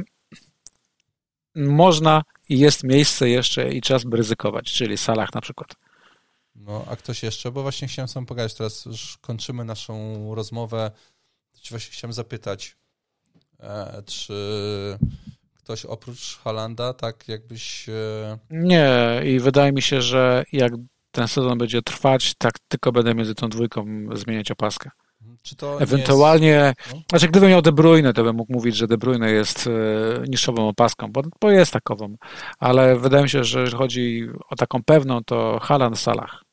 [SPEAKER 2] można i jest miejsce jeszcze i czas by ryzykować, czyli Salah na przykład.
[SPEAKER 1] No, a ktoś jeszcze? Bo właśnie chciałem sam pogadać, teraz już kończymy naszą rozmowę. Właśnie chciałem zapytać, czy ktoś oprócz Haalanda, tak jakbyś...
[SPEAKER 2] Nie, i wydaje mi się, że jak ten sezon będzie trwać, tak tylko będę między tą dwójką zmieniać opaskę.
[SPEAKER 1] Czy to
[SPEAKER 2] ewentualnie,
[SPEAKER 1] jest...
[SPEAKER 2] Znaczy gdybym miał De Bruyne, to bym mógł mówić, że De Bruyne jest niższową opaską, bo jest takową, ale wydaje mi się, że jeżeli chodzi o taką pewną, to Haaland, Salah.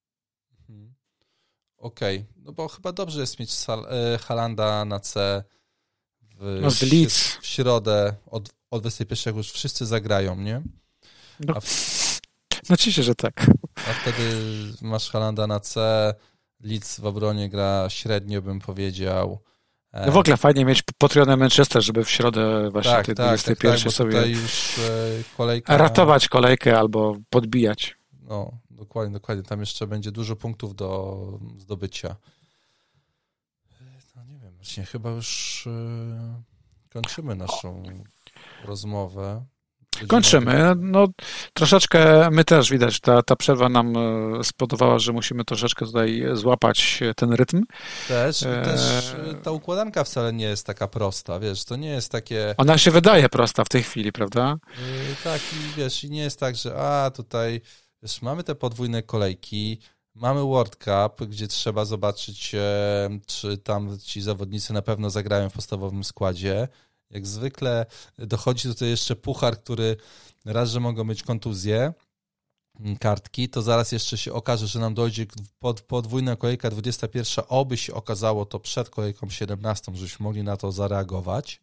[SPEAKER 1] Okej. No bo chyba dobrze jest mieć Haalanda na C
[SPEAKER 2] z Leeds
[SPEAKER 1] w środę o 21 już wszyscy zagrają, nie?
[SPEAKER 2] Oczywiście, że tak.
[SPEAKER 1] A wtedy masz Haalanda na C, Leeds w obronie gra średnio, bym powiedział.
[SPEAKER 2] No w ogóle fajnie mieć potrójne Manchester, żeby w środę właśnie tej 21 sobie
[SPEAKER 1] już kolejka...
[SPEAKER 2] ratować kolejkę albo podbijać.
[SPEAKER 1] No, dokładnie. Tam jeszcze będzie dużo punktów do zdobycia. No nie wiem, właśnie chyba już kończymy naszą rozmowę.
[SPEAKER 2] Kończymy. No troszeczkę my też widać, ta przerwa nam spowodowała, że musimy troszeczkę tutaj złapać ten rytm.
[SPEAKER 1] Też ta układanka wcale nie jest taka prosta, wiesz, to nie jest takie...
[SPEAKER 2] Ona się wydaje prosta w tej chwili, prawda?
[SPEAKER 1] Tak i wiesz, i nie jest tak, że tutaj wiesz, mamy te podwójne kolejki, mamy World Cup, gdzie trzeba zobaczyć, czy tam ci zawodnicy na pewno zagrają w podstawowym składzie. Jak zwykle dochodzi tutaj jeszcze puchar, który raz, że mogą mieć kontuzje, kartki, to zaraz jeszcze się okaże, że nam dojdzie podwójna kolejka 21, oby się okazało to przed kolejką 17, żebyśmy mogli na to zareagować.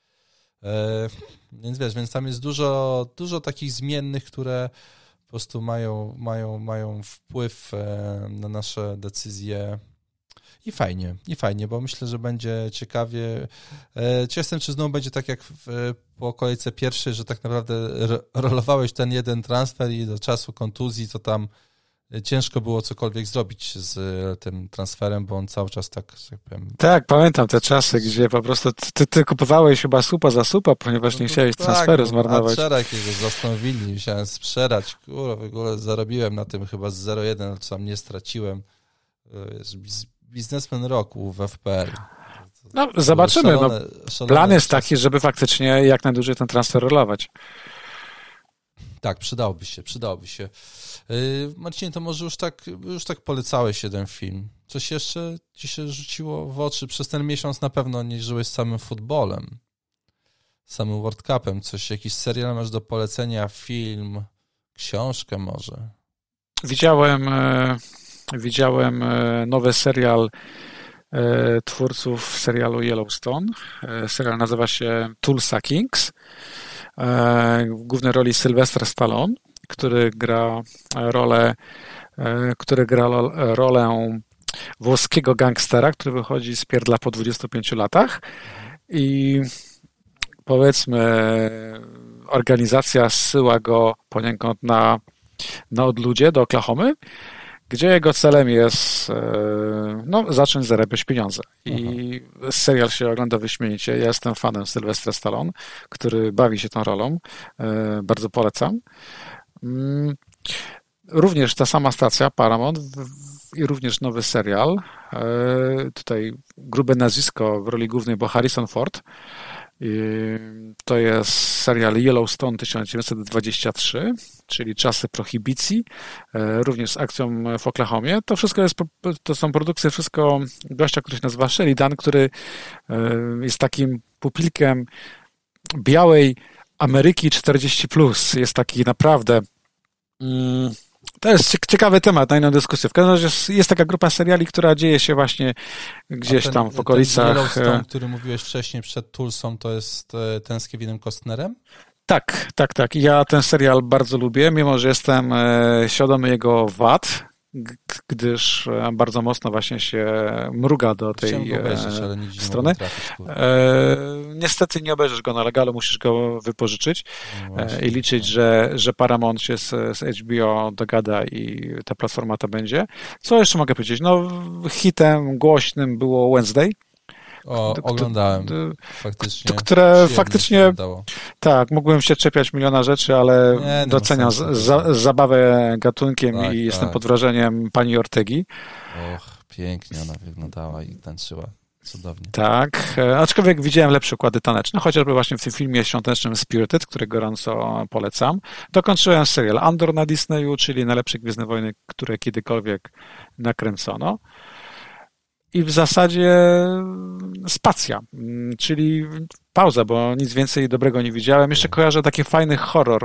[SPEAKER 1] Więc wiesz, więc tam jest dużo takich zmiennych, które po prostu mają wpływ na nasze decyzje i fajnie, bo myślę, że będzie ciekawie. Jestem, czy znowu będzie tak jak po kolejce pierwszej, że tak naprawdę rolowałeś ten jeden transfer i do czasu kontuzji to tam ciężko było cokolwiek zrobić z tym transferem, bo on cały czas tak powiem...
[SPEAKER 2] Tak, pamiętam te czasy, gdzie po prostu ty kupowałeś chyba słupa za słupa, ponieważ nie chciałeś transferu zmarnować.
[SPEAKER 1] A jakiegoś zastanowili, musiałem sprzedać. Kurwa, w ogóle zarobiłem na tym chyba z 0,1, co tam nie straciłem. Biznesmen roku w FPL.
[SPEAKER 2] No, zobaczymy. Plan jest taki, żeby faktycznie jak najdłużej ten transfer rolować.
[SPEAKER 1] Tak, przydałoby się. Marcinie, to może już tak polecałeś jeden film. Coś jeszcze ci się rzuciło w oczy? Przez ten miesiąc na pewno nie żyłeś samym futbolem, samym World Cupem. Jakiś serial masz do polecenia, film, książkę może?
[SPEAKER 2] Widziałem nowy serial twórców serialu Yellowstone. Serial nazywa się Tulsa Kings. W głównej roli Sylvester Stallone, który gra rolę włoskiego gangstera, który wychodzi z pierdla po 25 latach i powiedzmy organizacja zsyła go poniekąd na odludzie do Oklahomy, gdzie jego celem jest zacząć zarabiać pieniądze. I serial się ogląda wyśmienicie. Ja jestem fanem Sylwestra Stallone, który bawi się tą rolą. Bardzo polecam. Również ta sama stacja, Paramount, i również nowy serial. Tutaj grube nazwisko w roli głównej, bo Harrison Ford. To jest serial Yellowstone 1923, czyli czasy prohibicji, również z akcją w Oklahomie. To są produkcje wszystko gościa, który się nazywa Sheridan, który jest takim pupilkiem białej Ameryki 40+. Jest taki naprawdę... To jest ciekawy temat na inną dyskusję. W każdym razie jest taka grupa seriali, która dzieje się właśnie gdzieś tam w okolicach...
[SPEAKER 1] Ten Yellowstone, który mówiłeś wcześniej przed Tulsą, to jest ten z Kevinem Costnerem?
[SPEAKER 2] Tak. Ja ten serial bardzo lubię, mimo że jestem świadomy jego wad, gdyż bardzo mocno właśnie się mruga do tej strony. Niestety nie obejrzysz go na legalu, musisz go wypożyczyć i liczyć, że Paramount się z HBO dogada i ta platforma to będzie. Co jeszcze mogę powiedzieć? Hitem głośnym było Wednesday.
[SPEAKER 1] Oglądałem.
[SPEAKER 2] Faktycznie tak, mógłbym się czepiać miliona rzeczy, ale doceniam zabawę gatunkiem i jestem pod wrażeniem pani Ortegi.
[SPEAKER 1] Pięknie ona wyglądała i tańczyła. Cudownie.
[SPEAKER 2] Tak, aczkolwiek widziałem lepsze układy taneczne, chociażby właśnie w tym filmie świątecznym Spirited, który gorąco polecam. Dokończyłem serial Andor na Disneyu, czyli najlepsze Gwiezdne Wojny, które kiedykolwiek nakręcono. I w zasadzie spacja, czyli pauza, bo nic więcej dobrego nie widziałem. Jeszcze kojarzę taki fajny horror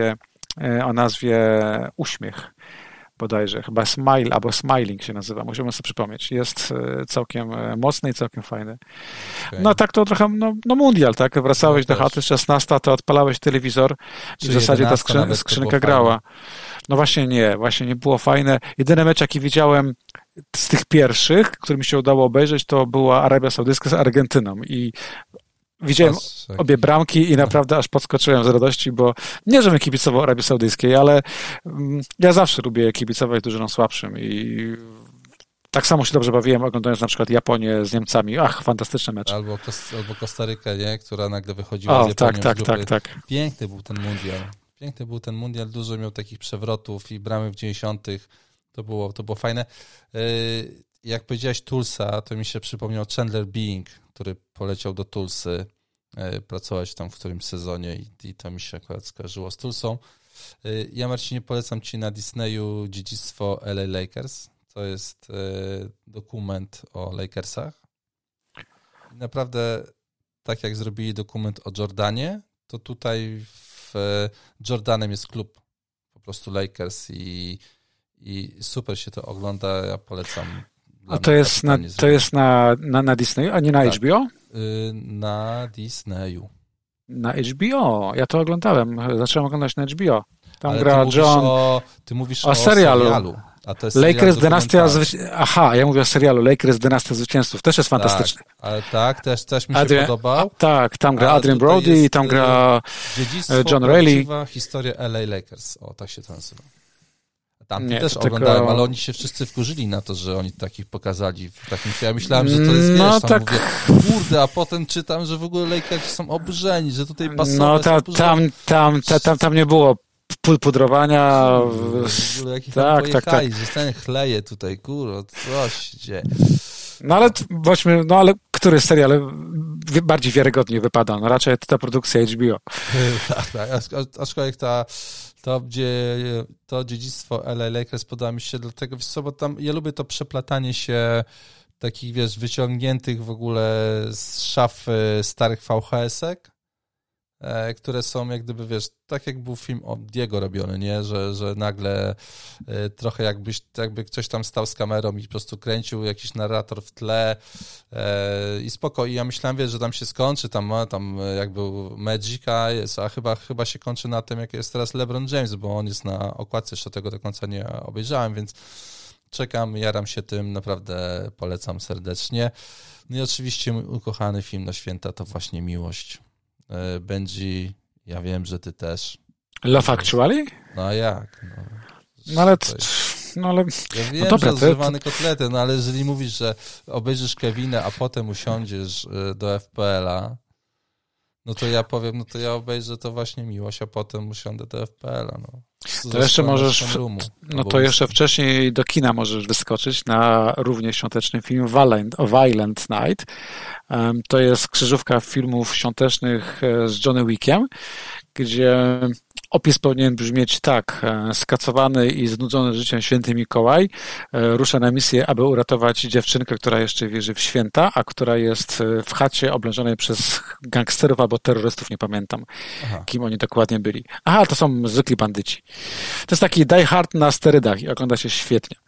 [SPEAKER 2] o nazwie Uśmiech bodajże. Chyba Smile albo Smiling się nazywa. Musimy sobie przypomnieć. Jest całkiem mocny i całkiem fajny. Okay. Tak to trochę, mundial, tak? Wracałeś do chaty 16, to odpalałeś telewizor i w zasadzie ta skrzynka grała. Fajne. Właśnie nie było fajne. Jedyny mecz, jaki widziałem z tych pierwszych, który mi się udało obejrzeć, to była Arabia Saudyjska z Argentyną i widziałem obie bramki i naprawdę aż podskoczyłem z radości, bo nie, żebym kibicował Arabii Saudyjskiej, ale ja zawsze lubię kibicować drużynom słabszym i tak samo się dobrze bawiłem, oglądając na przykład Japonię z Niemcami. Fantastyczny mecz.
[SPEAKER 1] Albo Kostarykę, nie? Która nagle wychodziła z Japonią.
[SPEAKER 2] Tak.
[SPEAKER 1] Piękny był ten mundial. Dużo miał takich przewrotów i bramy w 90. To było fajne. Jak powiedziałeś Tulsa, to mi się przypomniał Chandler Bing, który poleciał do Tulsy pracować tam w którymś sezonie i to mi się akurat skojarzyło z Tulsą. Ja, Marcinie, polecam Ci na Disneyu Dziedzictwo LA Lakers. To jest dokument o Lakersach. Naprawdę, tak jak zrobili dokument o Jordanie, to tutaj Jordanem jest klub. Po prostu Lakers i super się to ogląda, ja polecam.
[SPEAKER 2] A to jest na Disneyu, a nie na HBO?
[SPEAKER 1] Na Disneyu.
[SPEAKER 2] Na HBO. Ja to oglądałem. Zacząłem oglądać na HBO. Tam
[SPEAKER 1] Ale
[SPEAKER 2] gra John.
[SPEAKER 1] Ty mówisz
[SPEAKER 2] o
[SPEAKER 1] o
[SPEAKER 2] serialu.
[SPEAKER 1] A to jest
[SPEAKER 2] Lakers Dynastia Aha, ja mówię o serialu Lakers Dynastia Zwycięzców. Też jest fantastyczny.
[SPEAKER 1] Ale też mi się podobał.
[SPEAKER 2] Tak, tam gra Adrian Brody i tam gra John Reilly.
[SPEAKER 1] Historia LA Lakers. O, tak się to nazywa. Tam też oglądałem, ale oni się wszyscy wkurzyli na to, że oni takich pokazali w takim filmie. Ja myślałem, że to jest, wiesz, tam mówię, kurde, a potem czytam, że w ogóle Lakersi są oburzeni, że tutaj pasowe
[SPEAKER 2] tam nie było pudrowania.
[SPEAKER 1] W ogóle jakich tam pojechali, że ten chleje tutaj, kurwa, coś się dzieje.
[SPEAKER 2] No ale właśnie, ale który serial bardziej wiarygodnie wypada? No raczej ta produkcja HBO.
[SPEAKER 1] Tak, aczkolwiek to dziedzictwo LA Lakers podoba mi się dlatego, bo tam ja lubię to przeplatanie się takich, wiesz, wyciągniętych w ogóle z szafy starych VHS-ek, które są jak gdyby, wiesz, tak jak był film o Diego robiony, nie? Że nagle trochę jakby ktoś tam stał z kamerą i po prostu kręcił jakiś narrator w tle i spoko. I ja myślałem, wiesz, że tam się skończy, tam jak był Magica jest, a chyba się kończy na tym, jak jest teraz LeBron James, bo on jest na okładce, jeszcze tego do końca nie obejrzałem, więc czekam, jaram się tym, naprawdę polecam serdecznie. No i oczywiście mój ukochany film na święta to właśnie Miłość. Benji, ja wiem, że ty też.
[SPEAKER 2] Love Actually?
[SPEAKER 1] No a jak?
[SPEAKER 2] No ale...
[SPEAKER 1] Ja wiem,
[SPEAKER 2] dobra,
[SPEAKER 1] że zżywane kotlety, no ale jeżeli mówisz, że obejrzysz Kevina, a potem usiądziesz do FPL-a, no to ja powiem, no to ja obejrzę to właśnie Miłość, a potem usiądę do FPL-a. No.
[SPEAKER 2] To jeszcze możesz, to jeszcze wcześniej do kina możesz wyskoczyć na równie świąteczny film Violent Night. To jest krzyżówka filmów świątecznych z Johnny Wickiem, gdzie opis powinien brzmieć tak. Skacowany i znudzony życiem święty Mikołaj rusza na misję, aby uratować dziewczynkę, która jeszcze wierzy w święta, a która jest w chacie oblężonej przez gangsterów albo terrorystów, nie pamiętam, kim oni dokładnie byli. Aha, to są zwykli bandyci. To jest taki Die Hard na sterydach i ogląda się świetnie.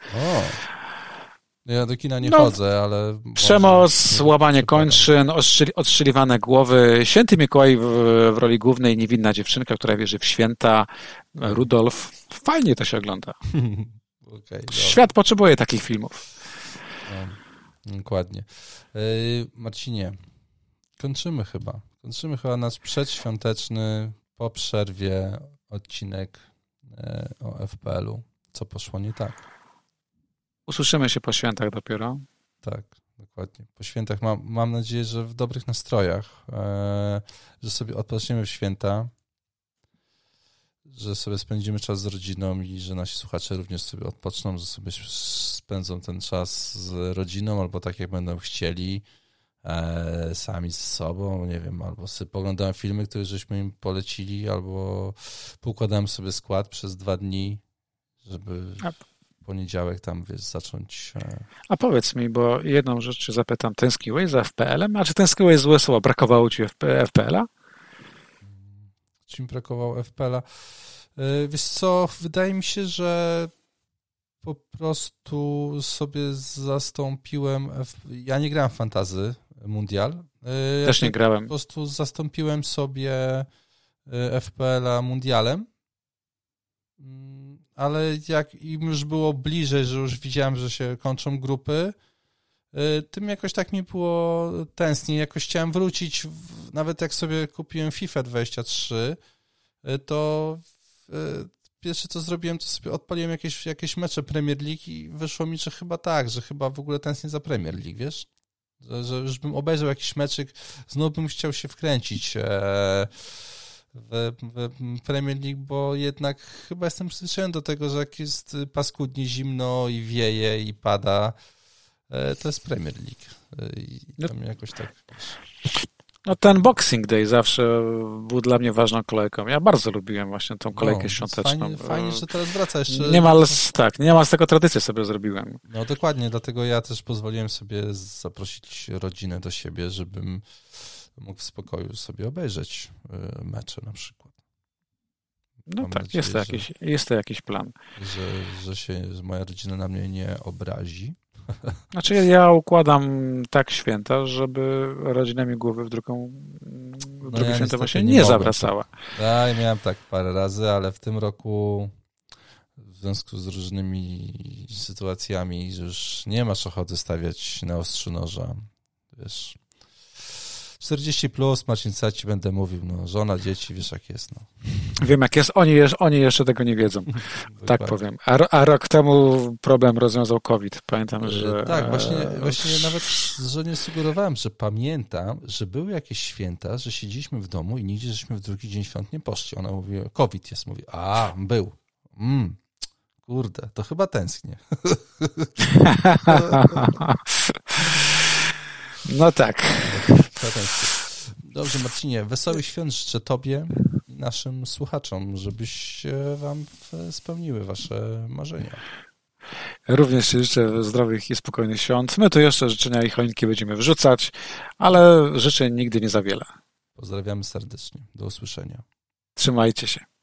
[SPEAKER 1] Ja do kina nie chodzę, ale...
[SPEAKER 2] Przemoc, łamanie kończyn, odstrzeliwane głowy. Święty Mikołaj w roli głównej, niewinna dziewczynka, która wierzy w święta. Rudolf. Fajnie to się ogląda. Świat potrzebuje takich filmów.
[SPEAKER 1] No, dokładnie. Marcinie, kończymy chyba nasz przedświąteczny, po przerwie odcinek o FPL-u. Co poszło nie tak?
[SPEAKER 2] Usłyszymy się po świętach dopiero.
[SPEAKER 1] Tak, dokładnie. Po świętach mam nadzieję, że w dobrych nastrojach, że sobie odpoczniemy w święta, że sobie spędzimy czas z rodziną i że nasi słuchacze również sobie odpoczną, że sobie spędzą ten czas z rodziną albo tak, jak będą chcieli, sami z sobą, nie wiem, albo sobie poglądałem filmy, które żeśmy im polecili, albo poukładałem sobie skład przez 2 dni, żeby... poniedziałek tam, wiesz, zacząć...
[SPEAKER 2] A powiedz mi, bo jedną rzecz cię zapytam, tęskniłeś za FPL-em? A czy tęskniłeś złe słowo? Brakowało ci FPL-a?
[SPEAKER 1] Czy mi brakowało FPL-a? Wiesz co, wydaje mi się, że po prostu sobie zastąpiłem... Ja nie grałem w Fantasy Mundial.
[SPEAKER 2] Też nie grałem.
[SPEAKER 1] Po prostu zastąpiłem sobie FPL-a Mundialem. Ale jak im już było bliżej, że już widziałem, że się kończą grupy, tym jakoś tak mi było tęskniej. Jakoś chciałem wrócić, nawet jak sobie kupiłem FIFA 23, to pierwsze co zrobiłem, to sobie odpaliłem jakieś mecze Premier League i wyszło mi, że chyba tak, że chyba w ogóle tęsknię za Premier League, wiesz? Że już bym obejrzał jakiś meczyk, znowu bym chciał się wkręcić w Premier League, bo jednak chyba jestem przyzwyczajony do tego, że jak jest paskudnie zimno i wieje i pada, to jest Premier League. I tam jakoś tak...
[SPEAKER 2] No ten Boxing Day zawsze był dla mnie ważną kolejką. Ja bardzo lubiłem właśnie tą kolejkę świąteczną.
[SPEAKER 1] Fajnie, że teraz wraca jeszcze.
[SPEAKER 2] Nie ma z tego tradycji sobie zrobiłem.
[SPEAKER 1] No dokładnie, dlatego ja też pozwoliłem sobie zaprosić rodzinę do siebie, żebym mógł w spokoju sobie obejrzeć mecze na przykład.
[SPEAKER 2] No
[SPEAKER 1] Mam
[SPEAKER 2] tak,
[SPEAKER 1] nadzieję,
[SPEAKER 2] jest to jakiś plan.
[SPEAKER 1] że moja rodzina na mnie nie obrazi.
[SPEAKER 2] Znaczy ja układam tak święta, żeby rodzina mi głowy w drugą święta właśnie nie zawracała.
[SPEAKER 1] Ja miałem tak parę razy, ale w tym roku w związku z różnymi sytuacjami, że już nie masz ochoty stawiać na ostrzu noża. Wiesz, 40 plus, Marcin, co ci będę mówił, no, żona, dzieci, wiesz jak jest. No.
[SPEAKER 2] Wiem jak jest, oni jeszcze tego nie wiedzą, tak powiem. A rok temu problem rozwiązał COVID. Pamiętam, że...
[SPEAKER 1] Tak, właśnie nawet żonie sugerowałem, że pamiętam, że były jakieś święta, że siedzieliśmy w domu i nigdzie żeśmy w drugi dzień świąt nie poszli. Ona mówi, COVID jest, mówi, był. Kurde, to chyba tęsknię.
[SPEAKER 2] No tak.
[SPEAKER 1] Dobrze, Marcinie, wesołych świąt życzę Tobie i naszym słuchaczom, żebyś Wam spełniły Wasze marzenia.
[SPEAKER 2] Również się życzę zdrowych i spokojnych świąt. My tu jeszcze życzenia i choinki będziemy wrzucać, ale życzeń nigdy nie za wiele.
[SPEAKER 1] Pozdrawiamy serdecznie. Do usłyszenia.
[SPEAKER 2] Trzymajcie się.